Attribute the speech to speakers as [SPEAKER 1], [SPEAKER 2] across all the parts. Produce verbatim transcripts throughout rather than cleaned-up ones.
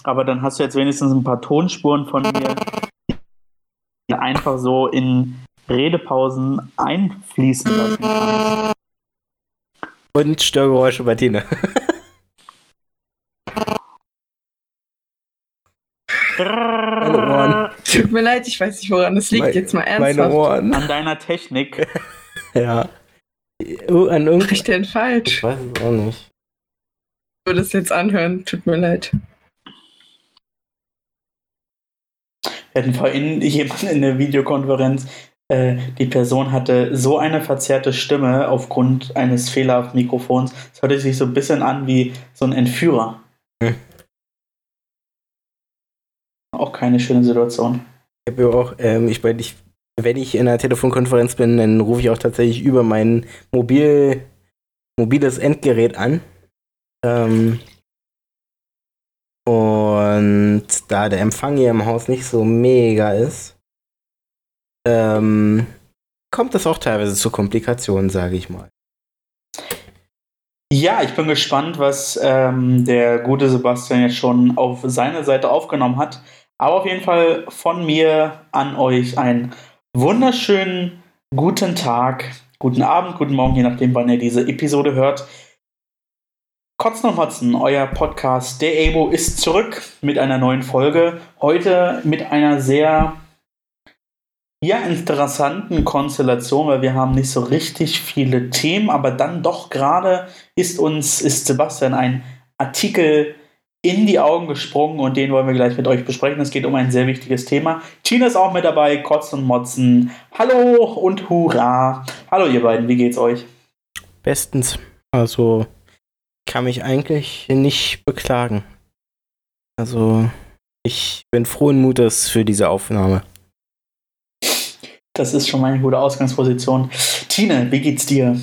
[SPEAKER 1] Aber dann hast du jetzt wenigstens ein paar Tonspuren von mir, die einfach so in Redepausen einfließen lassen kannst.
[SPEAKER 2] Und Störgeräusche bei Tina. Meine Ohren.
[SPEAKER 3] Tut mir leid, ich weiß nicht, woran das liegt.
[SPEAKER 2] Mein,
[SPEAKER 3] jetzt mal ernsthaft.
[SPEAKER 2] Meine Ohren.
[SPEAKER 1] An deiner Technik.
[SPEAKER 2] Ja. Oh, an irgend...
[SPEAKER 3] Mach ich denn falsch?
[SPEAKER 2] Ich weiß es auch nicht.
[SPEAKER 3] Ich würde es jetzt anhören, tut mir leid.
[SPEAKER 1] Wir hatten vorhin jemanden in der Videokonferenz, äh, die Person hatte so eine verzerrte Stimme aufgrund eines fehlerhaften Mikrofons. Es hörte sich so ein bisschen an wie so ein Entführer.
[SPEAKER 2] Hm.
[SPEAKER 1] Auch keine schöne Situation.
[SPEAKER 2] Ich habe ja auch, ähm, ich meine, ich, wenn ich in einer Telefonkonferenz bin, dann rufe ich auch tatsächlich über mein mobil, mobiles Endgerät an. Ähm, und da der Empfang hier im Haus nicht so mega ist, ähm, kommt das auch teilweise zu Komplikationen, sage ich mal.
[SPEAKER 1] Ja, ich bin gespannt, was ähm, der gute Sebastian jetzt schon auf seine Seite aufgenommen hat. Aber auf jeden Fall von mir an euch einen wunderschönen guten Tag, guten Abend, guten Morgen, je nachdem, wann ihr diese Episode hört. Kotzen und Motzen, euer Podcast, der Emo, ist zurück mit einer neuen Folge. Heute mit einer sehr ja, interessanten Konstellation, weil wir haben nicht so richtig viele Themen, aber dann doch gerade ist uns, ist Sebastian ein Artikel in die Augen gesprungen und den wollen wir gleich mit euch besprechen. Es geht um ein sehr wichtiges Thema. Tina ist auch mit dabei, Kotzen und Motzen. Hallo und Hurra. Hallo ihr beiden, wie geht's euch?
[SPEAKER 2] Bestens. Also kann mich eigentlich nicht beklagen. Also ich bin frohen Mutes für diese Aufnahme.
[SPEAKER 1] Das ist schon mal eine gute Ausgangsposition. Tine, wie geht's dir?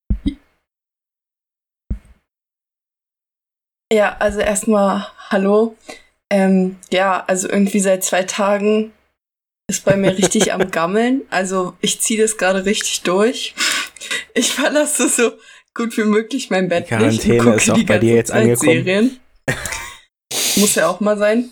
[SPEAKER 3] Ja, also erstmal hallo. Ähm, ja, also irgendwie seit zwei Tagen ist bei mir richtig am Gammeln. Also ich ziehe das gerade richtig durch. Ich verlasse so gut wie möglich mein Bett
[SPEAKER 2] die
[SPEAKER 3] nicht und
[SPEAKER 2] Quarantäne
[SPEAKER 3] gucke
[SPEAKER 2] ist auch
[SPEAKER 3] die
[SPEAKER 2] bei dir
[SPEAKER 3] ganze
[SPEAKER 2] jetzt
[SPEAKER 3] Zeit
[SPEAKER 2] angekommen.
[SPEAKER 3] Serien. Muss ja auch mal sein.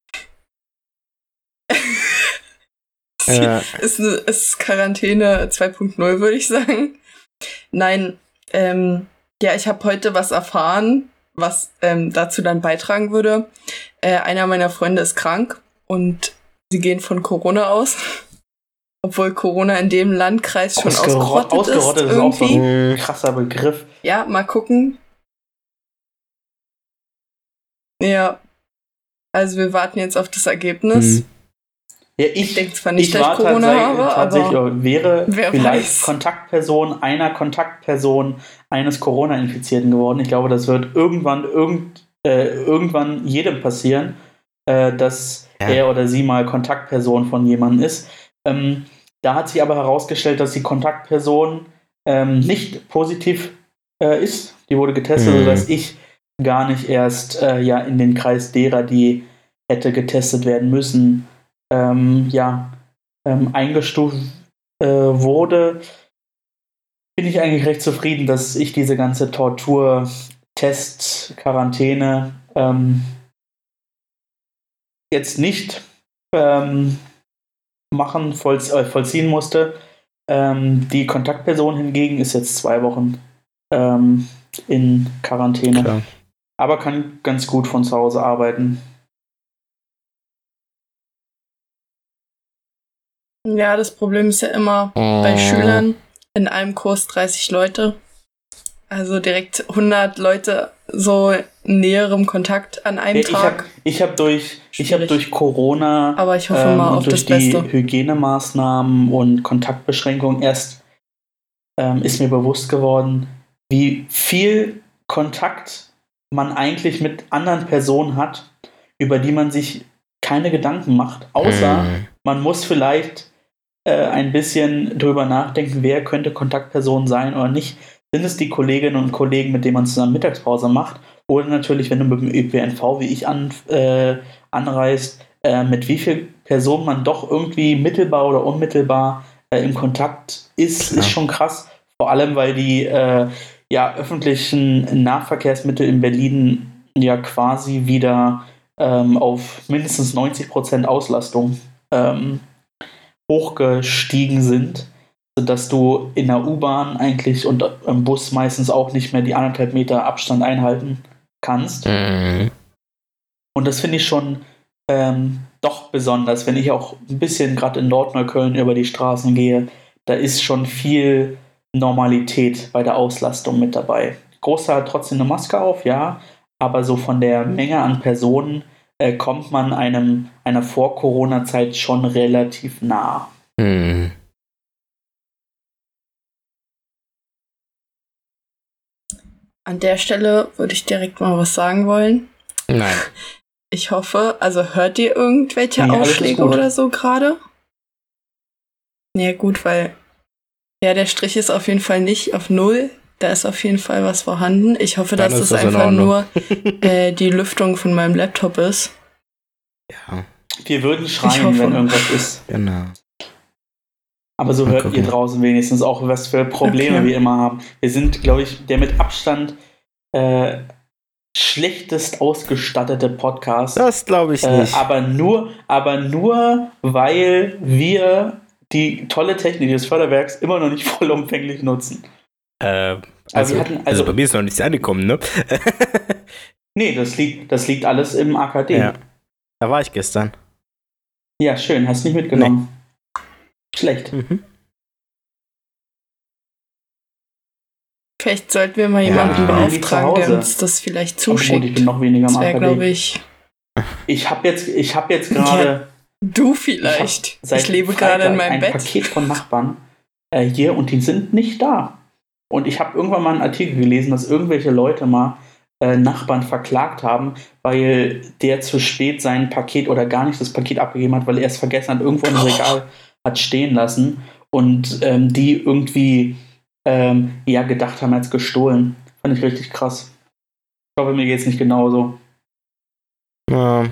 [SPEAKER 2] Äh,
[SPEAKER 3] ist, eine, ist Quarantäne zwei Punkt null, würde ich sagen. Nein, ähm, ja, ich habe heute was erfahren, was ähm, dazu dann beitragen würde. Äh, einer meiner Freunde ist krank und sie gehen von Corona aus. Obwohl Corona in dem Landkreis schon
[SPEAKER 1] Ausgero-
[SPEAKER 3] ausgerottet,
[SPEAKER 1] ausgerottet
[SPEAKER 3] ist.
[SPEAKER 1] ist auch so
[SPEAKER 3] irgendwie.
[SPEAKER 1] ein krasser Begriff.
[SPEAKER 3] Ja, mal gucken. Ja, also wir warten jetzt auf das Ergebnis.
[SPEAKER 2] Hm.
[SPEAKER 1] Ja,
[SPEAKER 3] Ich
[SPEAKER 1] ich,
[SPEAKER 3] denke zwar nicht,
[SPEAKER 1] ich
[SPEAKER 3] dass ich
[SPEAKER 1] war
[SPEAKER 3] Corona
[SPEAKER 1] tatsächlich,
[SPEAKER 3] habe,
[SPEAKER 1] tatsächlich
[SPEAKER 3] aber
[SPEAKER 1] wäre
[SPEAKER 3] wer
[SPEAKER 1] vielleicht
[SPEAKER 3] weiß.
[SPEAKER 1] Kontaktperson einer Kontaktperson eines Corona-Infizierten geworden. Ich glaube, das wird irgendwann irgend, äh, irgendwann jedem passieren, äh, dass
[SPEAKER 2] Ja.
[SPEAKER 1] er oder sie mal Kontaktperson von jemandem ist. Ähm, da hat sich aber herausgestellt, dass die Kontaktperson ähm, nicht positiv äh, ist. Die wurde getestet,
[SPEAKER 2] Mhm.
[SPEAKER 1] sodass ich gar nicht erst äh, ja, in den Kreis derer, die hätte getestet werden müssen, ähm, ja, ähm, eingestuft äh, wurde, bin ich eigentlich recht zufrieden, dass ich diese ganze Tortur, Test, Quarantäne ähm, jetzt nicht ähm, machen, voll, äh, vollziehen musste. Ähm, die Kontaktperson hingegen ist jetzt zwei Wochen ähm, in Quarantäne,
[SPEAKER 2] Klar.
[SPEAKER 1] aber kann ganz gut von zu Hause arbeiten.
[SPEAKER 3] ja, das Problem ist ja immer bei
[SPEAKER 2] Äh.
[SPEAKER 3] Schülern in einem Kurs dreißig Leute. Also direkt hundert Leute so in näherem Kontakt an einem
[SPEAKER 1] Ja, ich habe
[SPEAKER 3] Tag.
[SPEAKER 1] ich hab durch, ich hab
[SPEAKER 3] Schwierig.
[SPEAKER 1] durch Corona
[SPEAKER 3] Aber ich hoffe
[SPEAKER 1] ähm,
[SPEAKER 3] mal
[SPEAKER 1] und
[SPEAKER 3] auf
[SPEAKER 1] durch
[SPEAKER 3] das
[SPEAKER 1] die
[SPEAKER 3] Beste.
[SPEAKER 1] Hygienemaßnahmen und Kontaktbeschränkungen erst ähm, ist mir bewusst geworden, wie viel Kontakt man eigentlich mit anderen Personen hat, über die man sich keine Gedanken macht, außer
[SPEAKER 2] Hm.
[SPEAKER 1] man muss vielleicht äh, ein bisschen drüber nachdenken, wer könnte Kontaktperson sein oder nicht. Sind es die Kolleginnen und Kollegen, mit denen man zusammen Mittagspause macht? Oder natürlich, wenn du mit dem Ö P N V wie ich an, äh, anreist, äh, mit wie vielen Personen man doch irgendwie mittelbar oder unmittelbar äh, im Kontakt ist,
[SPEAKER 2] Klar.
[SPEAKER 1] ist schon krass. Vor allem, weil die äh, ja, öffentlichen Nahverkehrsmittel in Berlin ja quasi wieder ähm, auf mindestens neunzig Prozent Auslastung ähm, hochgestiegen sind, sodass du in der U-Bahn eigentlich und im Bus meistens auch nicht mehr die anderthalb Meter Abstand einhalten kannst.
[SPEAKER 2] Mhm.
[SPEAKER 1] Und das finde ich schon ähm, doch besonders, wenn ich auch ein bisschen gerade in Nordneukölln über die Straßen gehe, da ist schon viel Normalität bei der Auslastung mit dabei. Großteil hat trotzdem eine Maske auf, ja, aber so von der Menge an Personen äh, kommt man einem einer Vor-Corona-Zeit schon relativ nah.
[SPEAKER 2] Mhm.
[SPEAKER 3] An der Stelle würde ich direkt mal was sagen wollen.
[SPEAKER 2] Nein.
[SPEAKER 3] Ich hoffe, also hört ihr irgendwelche
[SPEAKER 1] Nee, alles ist
[SPEAKER 3] Ausschläge
[SPEAKER 1] gut.
[SPEAKER 3] oder so gerade? Ja, gut, weil ja, der Strich ist auf jeden Fall nicht auf Null. Da ist auf jeden Fall was vorhanden. Ich hoffe,
[SPEAKER 2] Dann
[SPEAKER 3] dass
[SPEAKER 2] ist
[SPEAKER 3] das
[SPEAKER 2] das in
[SPEAKER 3] einfach
[SPEAKER 2] Ordnung.
[SPEAKER 3] nur äh, die Lüftung von meinem Laptop ist.
[SPEAKER 2] Ja,
[SPEAKER 1] Wir würden
[SPEAKER 3] Ich
[SPEAKER 1] schreien,
[SPEAKER 3] hoffe.
[SPEAKER 1] wenn irgendwas ist.
[SPEAKER 2] genau.
[SPEAKER 1] Aber so
[SPEAKER 2] Mal
[SPEAKER 1] hört
[SPEAKER 2] gucken.
[SPEAKER 1] ihr draußen wenigstens auch, was für Probleme
[SPEAKER 3] Okay.
[SPEAKER 1] wir immer haben. Wir sind, glaube ich, der mit Abstand äh, schlechtest ausgestattete Podcast.
[SPEAKER 2] Das glaube ich
[SPEAKER 1] Äh,
[SPEAKER 2] nicht.
[SPEAKER 1] aber nur, aber nur, weil wir die tolle Technik des Förderwerks immer noch nicht vollumfänglich nutzen.
[SPEAKER 2] Äh,
[SPEAKER 1] Aber
[SPEAKER 2] also,
[SPEAKER 1] wir hatten,
[SPEAKER 2] also,
[SPEAKER 1] also,
[SPEAKER 2] bei mir ist noch nichts angekommen, ne?
[SPEAKER 1] nee, das liegt, das liegt alles im A K D.
[SPEAKER 2] Ja. Da war ich gestern.
[SPEAKER 1] Ja, schön, hast nicht mitgenommen. Schlecht.
[SPEAKER 2] Mhm.
[SPEAKER 3] Vielleicht sollten wir mal
[SPEAKER 2] Ja,
[SPEAKER 3] jemanden
[SPEAKER 2] ich bin
[SPEAKER 1] irgendwie zu
[SPEAKER 3] beauftragen, der
[SPEAKER 1] Hause.
[SPEAKER 3] uns das vielleicht
[SPEAKER 1] Aber gut, ich
[SPEAKER 3] zuschickt.
[SPEAKER 1] bin noch weniger am
[SPEAKER 3] Das
[SPEAKER 1] A
[SPEAKER 3] wäre,
[SPEAKER 1] K
[SPEAKER 3] glaube
[SPEAKER 1] D.
[SPEAKER 3] ich,
[SPEAKER 1] Ich habe jetzt, ich hab jetzt gerade
[SPEAKER 3] du
[SPEAKER 1] ich
[SPEAKER 3] vielleicht.
[SPEAKER 1] hab seit
[SPEAKER 3] Ich lebe
[SPEAKER 1] Freitag
[SPEAKER 3] gerade in meinem
[SPEAKER 1] ein
[SPEAKER 3] Bett.
[SPEAKER 1] Paket von Nachbarn äh, hier und die sind nicht da. Und ich habe irgendwann mal einen Artikel gelesen, dass irgendwelche Leute mal äh, Nachbarn verklagt haben, weil der zu spät sein Paket oder gar nicht das Paket abgegeben hat, weil er es vergessen hat, irgendwo im Regal hat stehen lassen und ähm, die irgendwie ähm, ja gedacht haben, er hat's gestohlen. Fand ich richtig krass. Ich hoffe, mir geht's nicht genauso.
[SPEAKER 2] Ja.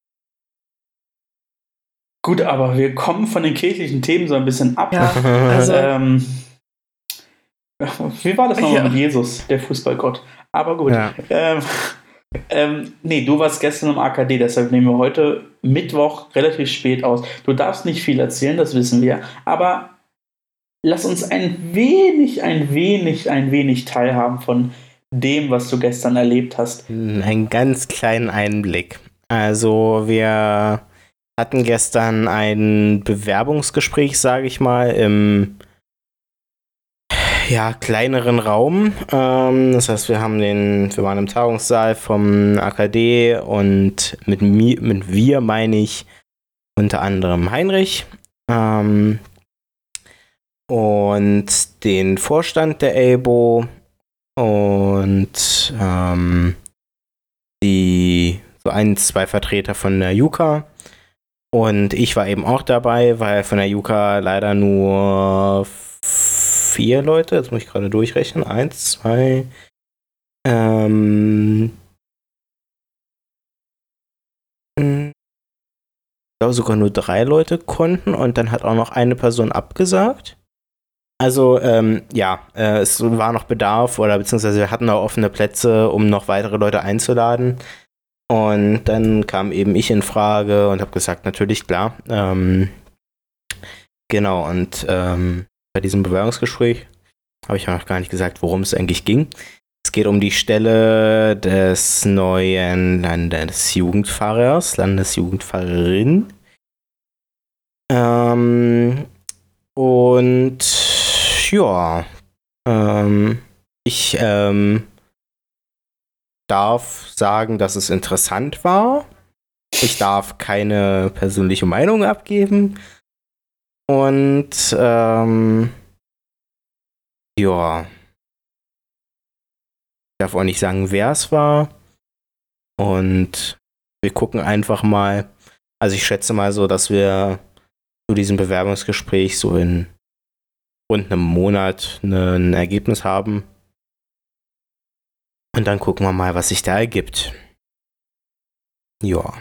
[SPEAKER 1] Gut, aber wir kommen von den kirchlichen Themen so ein bisschen ab.
[SPEAKER 3] Ja, also
[SPEAKER 1] Ähm, wie war das nochmal
[SPEAKER 3] Ja.
[SPEAKER 1] mit Jesus, der Fußballgott? Aber gut.
[SPEAKER 2] Ja.
[SPEAKER 1] Ähm, ähm, nee, du warst gestern im A K D, deshalb nehmen wir heute Mittwoch relativ spät aus. Du darfst nicht viel erzählen, das wissen wir. Aber lass uns ein wenig, ein wenig, ein wenig teilhaben von dem, was du gestern erlebt hast.
[SPEAKER 2] Einen ganz kleinen Einblick. Also wir hatten gestern ein Bewerbungsgespräch, sage ich mal, im ja, kleineren Raum. Ähm, das heißt, wir haben den, wir waren im Tagungssaal vom A K D und mit mir, mit wir meine ich unter anderem Heinrich ähm, und den Vorstand der Elbo und ähm, die so ein, zwei Vertreter von der Juka. Und ich war eben auch dabei, weil von der Juka leider nur vier Leute, jetzt muss ich gerade durchrechnen, eins, zwei, ähm, ich glaube sogar nur drei Leute konnten und dann hat auch noch eine Person abgesagt. Also, ähm, ja, äh, es war noch Bedarf oder beziehungsweise wir hatten noch offene Plätze, um noch weitere Leute einzuladen. Und dann kam eben ich in Frage und habe gesagt, natürlich, klar. Ähm, genau, und ähm, bei diesem Bewerbungsgespräch habe ich noch gar nicht gesagt, worum es eigentlich ging. Es geht um die Stelle des neuen Landesjugendfahrers, Landesjugendfahrerin. Ähm, und ja, ähm, ich ähm, darf sagen, dass es interessant war. Ich darf keine persönliche Meinung abgeben. Und ähm, ja, ich darf auch nicht sagen, wer es war. Und wir gucken einfach mal. Also ich schätze mal so, dass wir zu diesem Bewerbungsgespräch so in rund einem Monat ein Ergebnis haben. Und dann gucken wir mal, was sich da ergibt. Ja.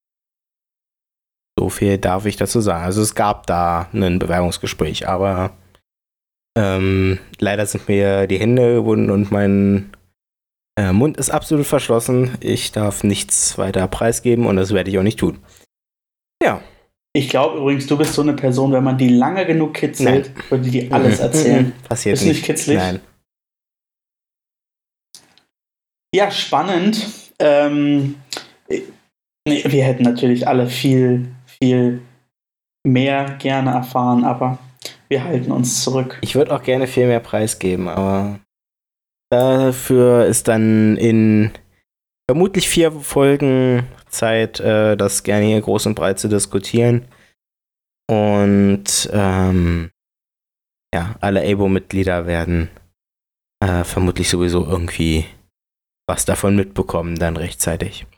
[SPEAKER 2] So viel darf ich dazu sagen. Also es gab da ein Bewerbungsgespräch, aber ähm, leider sind mir die Hände gebunden und mein Äh, Mund ist absolut verschlossen. Ich darf nichts weiter preisgeben und das werde ich auch nicht tun. Ja.
[SPEAKER 1] Ich glaube übrigens, du bist so eine Person, wenn man die lange genug kitzelt,
[SPEAKER 2] Nein.
[SPEAKER 1] würde die alles erzählen.
[SPEAKER 2] Passiert
[SPEAKER 1] ist
[SPEAKER 2] nicht.
[SPEAKER 1] nicht kitzlig?
[SPEAKER 2] Nein.
[SPEAKER 1] Ja, spannend. Ähm, wir hätten natürlich alle viel, viel mehr gerne erfahren, aber wir halten uns zurück.
[SPEAKER 2] Ich würde auch gerne viel mehr preisgeben, aber dafür ist dann in vermutlich vier Folgen Zeit, äh, das gerne hier groß und breit zu diskutieren. Und ähm, ja, alle A B O-Mitglieder werden äh, vermutlich sowieso irgendwie was davon mitbekommen, dann rechtzeitig.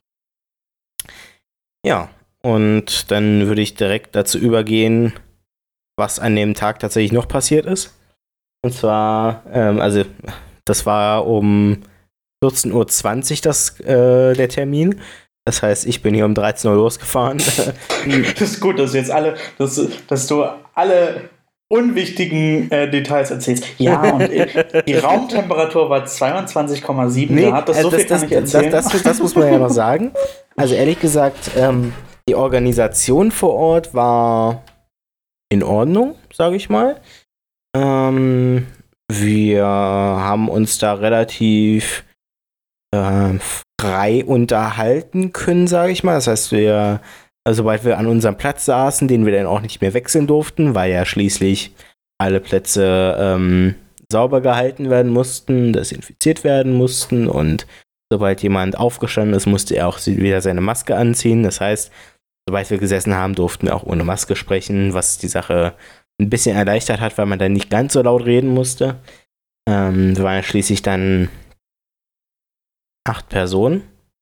[SPEAKER 2] Ja, und dann würde ich direkt dazu übergehen, was an dem Tag tatsächlich noch passiert ist. Und zwar, ähm, also das war um vierzehn Uhr zwanzig das, äh, der Termin. Das heißt, ich bin hier um dreizehn Uhr losgefahren.
[SPEAKER 1] Das ist gut, dass du jetzt alle, dass, dass du alle unwichtigen äh, Details erzählst. Ja, und äh, die Raumtemperatur war zweiundzwanzig Komma sieben
[SPEAKER 2] Nee,
[SPEAKER 1] Grad. Das,
[SPEAKER 2] äh,
[SPEAKER 1] so viel
[SPEAKER 2] das,
[SPEAKER 1] kann
[SPEAKER 2] das,
[SPEAKER 1] ich erzählen.
[SPEAKER 2] Das, das, das muss man ja noch sagen. Also ehrlich gesagt, ähm, die Organisation vor Ort war in Ordnung, sage ich mal. Ähm, wir haben uns da relativ äh, frei unterhalten können, sage ich mal. Das heißt, wir, also, sobald wir an unserem Platz saßen, den wir dann auch nicht mehr wechseln durften, weil ja schließlich alle Plätze ähm, sauber gehalten werden mussten, desinfiziert werden mussten und sobald jemand aufgestanden ist, musste er auch wieder seine Maske anziehen. Das heißt, sobald wir gesessen haben, durften wir auch ohne Maske sprechen, was die Sache ein bisschen erleichtert hat, weil man dann nicht ganz so laut reden musste. Ähm, wir waren ja schließlich dann acht Personen.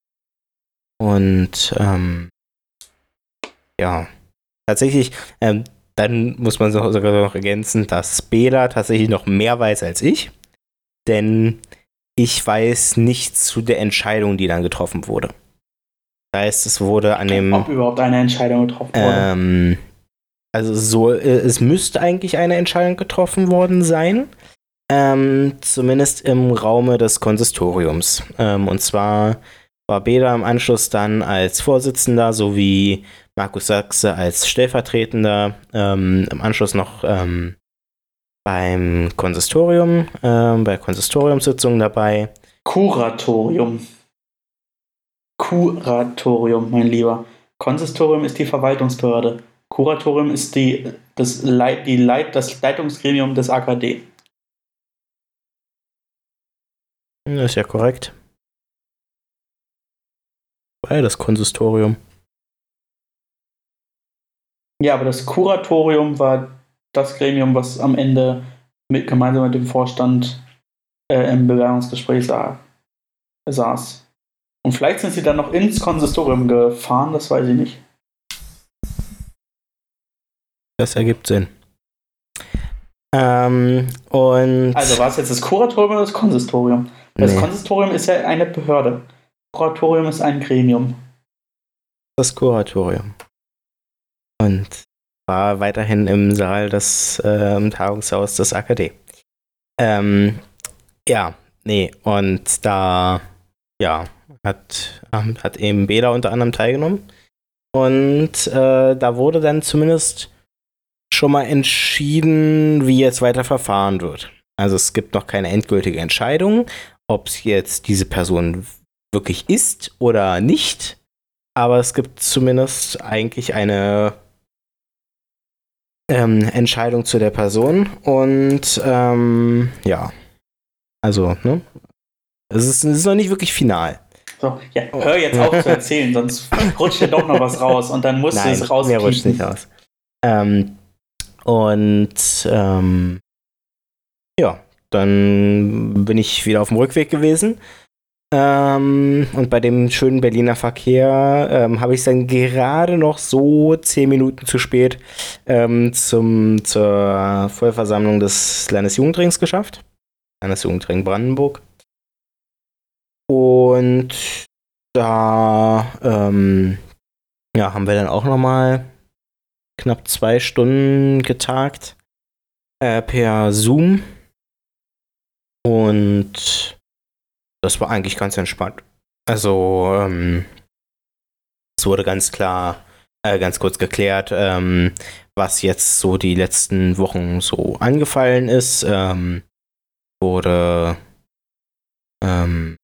[SPEAKER 2] Und ähm, ja, tatsächlich, ähm, dann muss man sogar noch ergänzen, dass Bela tatsächlich noch mehr weiß als ich. Denn ich weiß nichts zu der Entscheidung, die dann getroffen wurde. Das heißt, es wurde an dem...
[SPEAKER 1] Ob überhaupt eine Entscheidung getroffen wurde.
[SPEAKER 2] Ähm, also so, äh, es müsste eigentlich eine Entscheidung getroffen worden sein. Ähm, zumindest im Raume des Konsistoriums. Ähm, und zwar war Bela im Anschluss dann als Vorsitzender sowie Markus Sachse als Stellvertretender ähm, im Anschluss noch ähm, beim Konsistorium, ähm, bei Konsistoriumssitzungen dabei.
[SPEAKER 1] Kuratorium. Kuratorium, mein Lieber. Konsistorium ist die Verwaltungsbehörde. Kuratorium ist die, das, Leit, die Leit, das Leitungsgremium des A K D.
[SPEAKER 2] Das ist ja korrekt. Weil das Konsistorium.
[SPEAKER 1] Ja, aber das Kuratorium war das Gremium, was am Ende mit, gemeinsam mit dem Vorstand äh, im Bewerbungsgespräch sah, saß. Und vielleicht sind sie dann noch ins Konsistorium gefahren, das weiß ich nicht.
[SPEAKER 2] Das ergibt Sinn. Ähm, und
[SPEAKER 1] Also war es jetzt das Kuratorium oder das Konsistorium? Das
[SPEAKER 2] nee.
[SPEAKER 1] Konsistorium ist ja eine Behörde. Kuratorium ist ein Gremium.
[SPEAKER 2] Das Kuratorium. Und war weiterhin im Saal des äh, im Tagungshaus des A K D. Ähm, ja, nee, und da, ja, hat, ähm, hat eben Bela unter anderem teilgenommen. Und äh, da wurde dann zumindest schon mal entschieden, wie jetzt weiter verfahren wird. Also es gibt noch keine endgültige Entscheidung, ob es jetzt diese Person wirklich ist oder nicht. Aber es gibt zumindest eigentlich eine ähm, Entscheidung zu der Person. Und ähm, ja, also, ne? Es ist, es ist noch nicht wirklich final.
[SPEAKER 1] So, ja, hör jetzt auf zu erzählen, sonst rutscht ja doch noch was raus und dann musst
[SPEAKER 2] Nein,
[SPEAKER 1] du es rauspiepen.
[SPEAKER 2] mir rutscht nicht raus. Ähm, und ähm, ja, dann bin ich wieder auf dem Rückweg gewesen. Ähm, und bei dem schönen Berliner Verkehr ähm, habe ich es dann gerade noch so zehn Minuten zu spät ähm, zum, zur Vollversammlung des Landesjugendrings geschafft. Landesjugendring Brandenburg. Und da ähm, ja, haben wir dann auch nochmal knapp zwei Stunden getagt äh, per Zoom. Und das war eigentlich ganz entspannt. Also, ähm, es wurde ganz klar, äh, ganz kurz geklärt, ähm, was jetzt so die letzten Wochen so angefallen ist. Ähm, wurde ähm,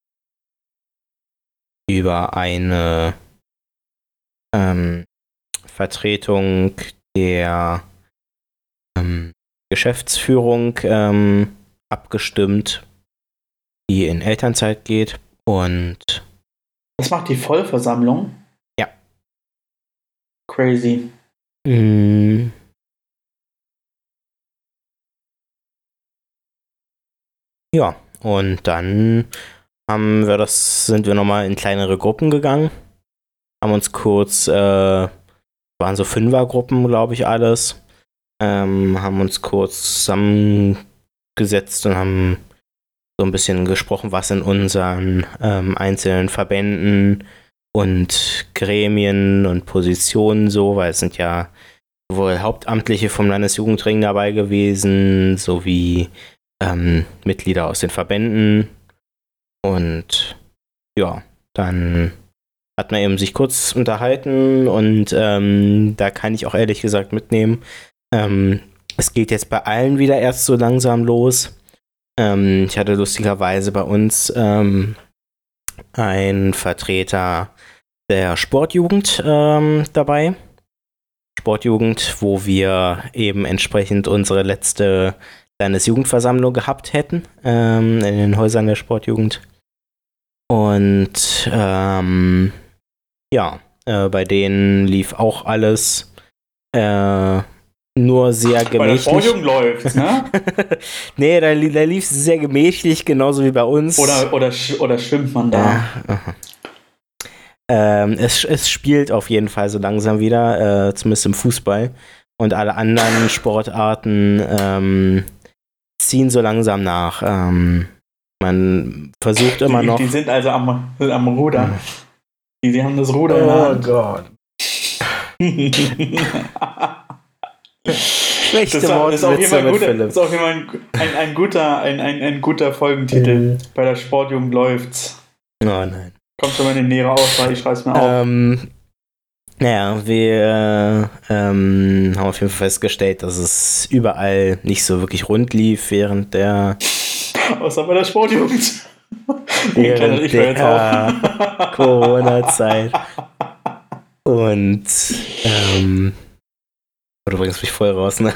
[SPEAKER 2] über eine ähm, Vertretung der ähm, Geschäftsführung ähm, abgestimmt, die in Elternzeit geht. Und
[SPEAKER 1] das macht die Vollversammlung?
[SPEAKER 2] Ja.
[SPEAKER 1] Crazy.
[SPEAKER 2] Mm. Ja, und dann haben wir das, sind wir nochmal in kleinere Gruppen gegangen, haben uns kurz, äh, waren so Fünfergruppen, glaube ich, alles, ähm, haben uns kurz zusammengesetzt und haben so ein bisschen gesprochen, was in unseren ähm, einzelnen Verbänden und Gremien und Positionen so, weil es sind ja sowohl Hauptamtliche vom Landesjugendring dabei gewesen, sowie ähm, Mitglieder aus den Verbänden. Und ja, dann hat man eben sich kurz unterhalten und ähm, da kann ich auch ehrlich gesagt mitnehmen. Ähm, es geht jetzt bei allen wieder erst so langsam los. Ähm, ich hatte lustigerweise bei uns ähm, einen Vertreter der Sportjugend ähm, dabei. Sportjugend, wo wir eben entsprechend unsere letzte Landesjugendversammlung gehabt hätten, ähm, in den Häusern der Sportjugend. Und ähm, ja, äh, bei denen lief auch alles äh, nur sehr gemächlich. Bei der
[SPEAKER 1] Sportjugend läuft, ne?
[SPEAKER 2] Nee, da, da lief es sehr gemächlich, genauso wie bei uns.
[SPEAKER 1] Oder, oder, oder schwimmt man da?
[SPEAKER 2] Ja, ähm, es, es spielt auf jeden Fall so langsam wieder, äh, zumindest im Fußball. Und alle anderen Sportarten ähm, ziehen so langsam nach. Ähm, man versucht immer
[SPEAKER 1] die,
[SPEAKER 2] noch.
[SPEAKER 1] Die sind also am, am Ruder. Mhm. Die, die haben das Ruder in der Hand.
[SPEAKER 2] Oh Gott. Schlechte
[SPEAKER 1] das war, ist, auf jeden Fall
[SPEAKER 2] mit
[SPEAKER 1] guter,
[SPEAKER 2] Philipp.
[SPEAKER 1] ist auf jeden Fall ein, ein, ein, guter, ein, ein, ein guter Folgentitel. Mhm. Bei der Sportjugend läuft's.
[SPEAKER 2] Oh nein.
[SPEAKER 1] Kommt schon mal in die nähere Auswahl, ich schreib's mir auf.
[SPEAKER 2] Ähm, naja, wir ähm, haben auf jeden Fall festgestellt, dass es überall nicht so wirklich rund lief während der
[SPEAKER 1] Außer bei der Sportjugend.
[SPEAKER 2] Während ich der Corona-Zeit. Und ähm, oh, du bringst mich voll raus, ne?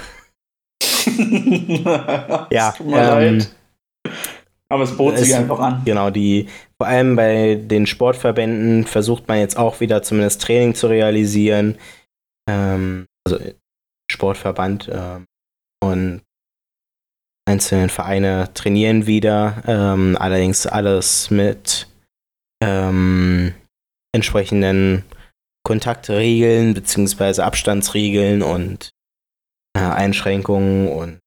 [SPEAKER 2] Ja,
[SPEAKER 1] tut mir
[SPEAKER 2] ähm,
[SPEAKER 1] leid. Aber es bot sich
[SPEAKER 2] es,
[SPEAKER 1] einfach an.
[SPEAKER 2] Genau, die, vor allem bei den Sportverbänden versucht man jetzt auch wieder zumindest Training zu realisieren. Ähm, also Sportverband ähm, und einzelne Vereine trainieren wieder, ähm, allerdings alles mit ähm, entsprechenden Kontaktregeln bzw. Abstandsregeln und äh, Einschränkungen, und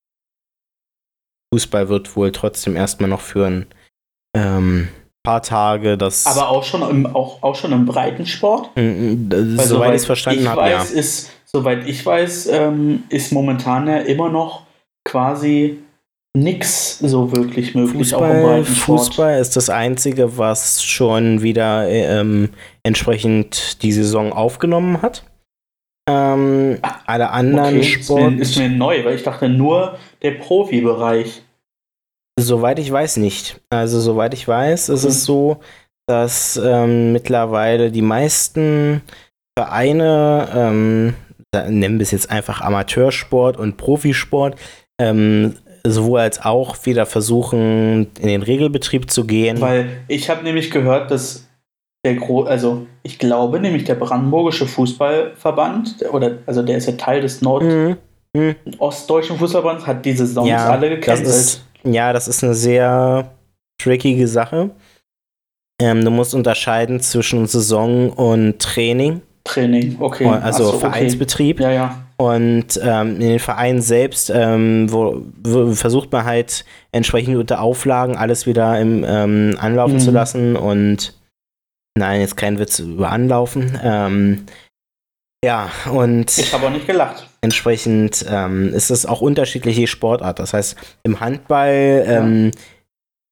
[SPEAKER 2] Fußball wird wohl trotzdem erstmal noch für ein ähm, paar Tage das.
[SPEAKER 1] Aber auch schon im, auch, auch schon im Breitensport?
[SPEAKER 2] M- m- soweit ich es verstanden habe, ja.
[SPEAKER 1] Ist, soweit ich weiß, ähm, ist momentan ja immer noch quasi nix so wirklich möglich.
[SPEAKER 2] Fußball,
[SPEAKER 1] auch im Breitensport.
[SPEAKER 2] Fußball ist das Einzige, was schon wieder ähm, entsprechend die Saison aufgenommen hat. Ähm,
[SPEAKER 1] Ach,
[SPEAKER 2] alle anderen
[SPEAKER 1] okay.
[SPEAKER 2] Sport.
[SPEAKER 1] Ist mir, ist mir neu, weil ich dachte nur der Profibereich.
[SPEAKER 2] Soweit ich weiß nicht. Also soweit ich weiß, ist mhm. es so, dass ähm, mittlerweile die meisten Vereine, ähm, nennen wir es jetzt einfach Amateursport und Profisport, ähm, sowohl als auch wieder versuchen, in den Regelbetrieb zu gehen.
[SPEAKER 1] Weil ich habe nämlich gehört, dass der Gro- also ich glaube nämlich der Brandenburgische Fußballverband, oder also der ist ja Teil des Nord-
[SPEAKER 2] mhm. Mhm.
[SPEAKER 1] Ostdeutschen Fußballverbands, hat diese Saisons
[SPEAKER 2] ja,
[SPEAKER 1] alle gecancelt.
[SPEAKER 2] Das ist, ja, das ist eine sehr trickige Sache. Ähm, du musst unterscheiden zwischen Saison und Training.
[SPEAKER 1] Training, okay.
[SPEAKER 2] Also
[SPEAKER 1] so,
[SPEAKER 2] Vereinsbetrieb.
[SPEAKER 1] Okay. Ja, ja.
[SPEAKER 2] Und ähm, in den Vereinen selbst ähm, wo, wo versucht man halt entsprechend unter Auflagen alles wieder im ähm, Anlaufen mhm. zu lassen. Und nein, jetzt kein Witz über Anlaufen. Ähm, ja, und
[SPEAKER 1] ich habe auch nicht gelacht.
[SPEAKER 2] Entsprechend ähm, ist es auch unterschiedliche Sportart. Das heißt, im Handball ähm,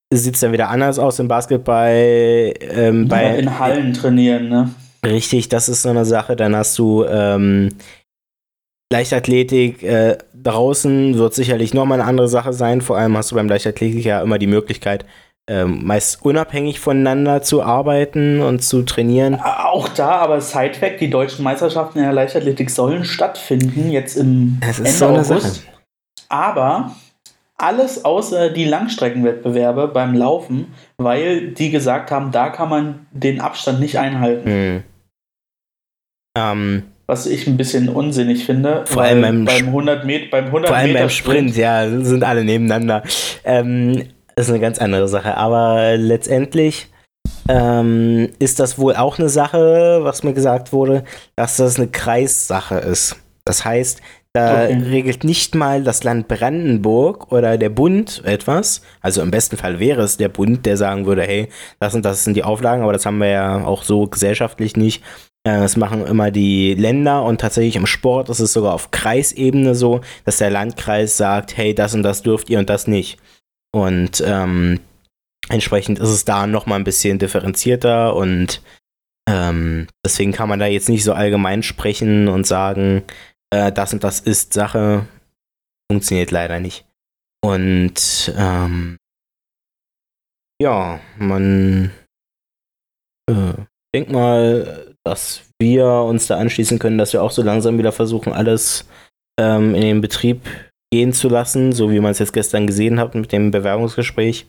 [SPEAKER 2] sieht es dann wieder anders aus im Basketball. Ähm,
[SPEAKER 1] Ja,
[SPEAKER 2] bei,
[SPEAKER 1] in Hallen trainieren, ne?
[SPEAKER 2] Richtig, das ist so eine Sache. Dann hast du ähm, Leichtathletik äh, draußen, wird sicherlich nochmal eine andere Sache sein. Vor allem hast du beim Leichtathletik ja immer die Möglichkeit, ähm, meist unabhängig voneinander zu arbeiten und zu trainieren.
[SPEAKER 1] Auch da, aber Sidefact, die deutschen Meisterschaften in der Leichtathletik sollen stattfinden, jetzt im
[SPEAKER 2] Es ist
[SPEAKER 1] Ende
[SPEAKER 2] so eine
[SPEAKER 1] August.
[SPEAKER 2] Sache.
[SPEAKER 1] Aber alles außer die Langstreckenwettbewerbe beim Laufen, weil die gesagt haben, da kann man den Abstand nicht einhalten.
[SPEAKER 2] Hm. Ähm,
[SPEAKER 1] Was ich ein bisschen unsinnig finde.
[SPEAKER 2] Vor
[SPEAKER 1] weil
[SPEAKER 2] allem beim
[SPEAKER 1] beim
[SPEAKER 2] Sp-
[SPEAKER 1] hundert Meter, beim hundert
[SPEAKER 2] vor allem
[SPEAKER 1] Meter
[SPEAKER 2] beim Sprint, ja, sind alle nebeneinander. Ähm, ist eine ganz andere Sache. Aber letztendlich ähm, ist das wohl auch eine Sache, was mir gesagt wurde, dass das eine Kreissache ist. Das heißt, da
[SPEAKER 1] Okay.
[SPEAKER 2] regelt nicht mal das Land Brandenburg oder der Bund etwas. Also im besten Fall wäre es der Bund, der sagen würde, hey, das und das sind die Auflagen, aber das haben wir ja auch so gesellschaftlich nicht. Äh, Das machen immer die Länder und tatsächlich im Sport ist es sogar auf Kreisebene so, dass der Landkreis sagt, hey, das und das dürft ihr und das nicht. Und ähm, entsprechend ist es da nochmal ein bisschen differenzierter und ähm, deswegen kann man da jetzt nicht so allgemein sprechen und sagen, äh, das und das ist Sache. Funktioniert leider nicht. Und ähm, ja, man äh, denkt mal, dass wir uns da anschließen können, dass wir auch so langsam wieder versuchen, alles ähm, in den Betrieb gehen zu lassen, so wie man es jetzt gestern gesehen hat mit dem Bewerbungsgespräch.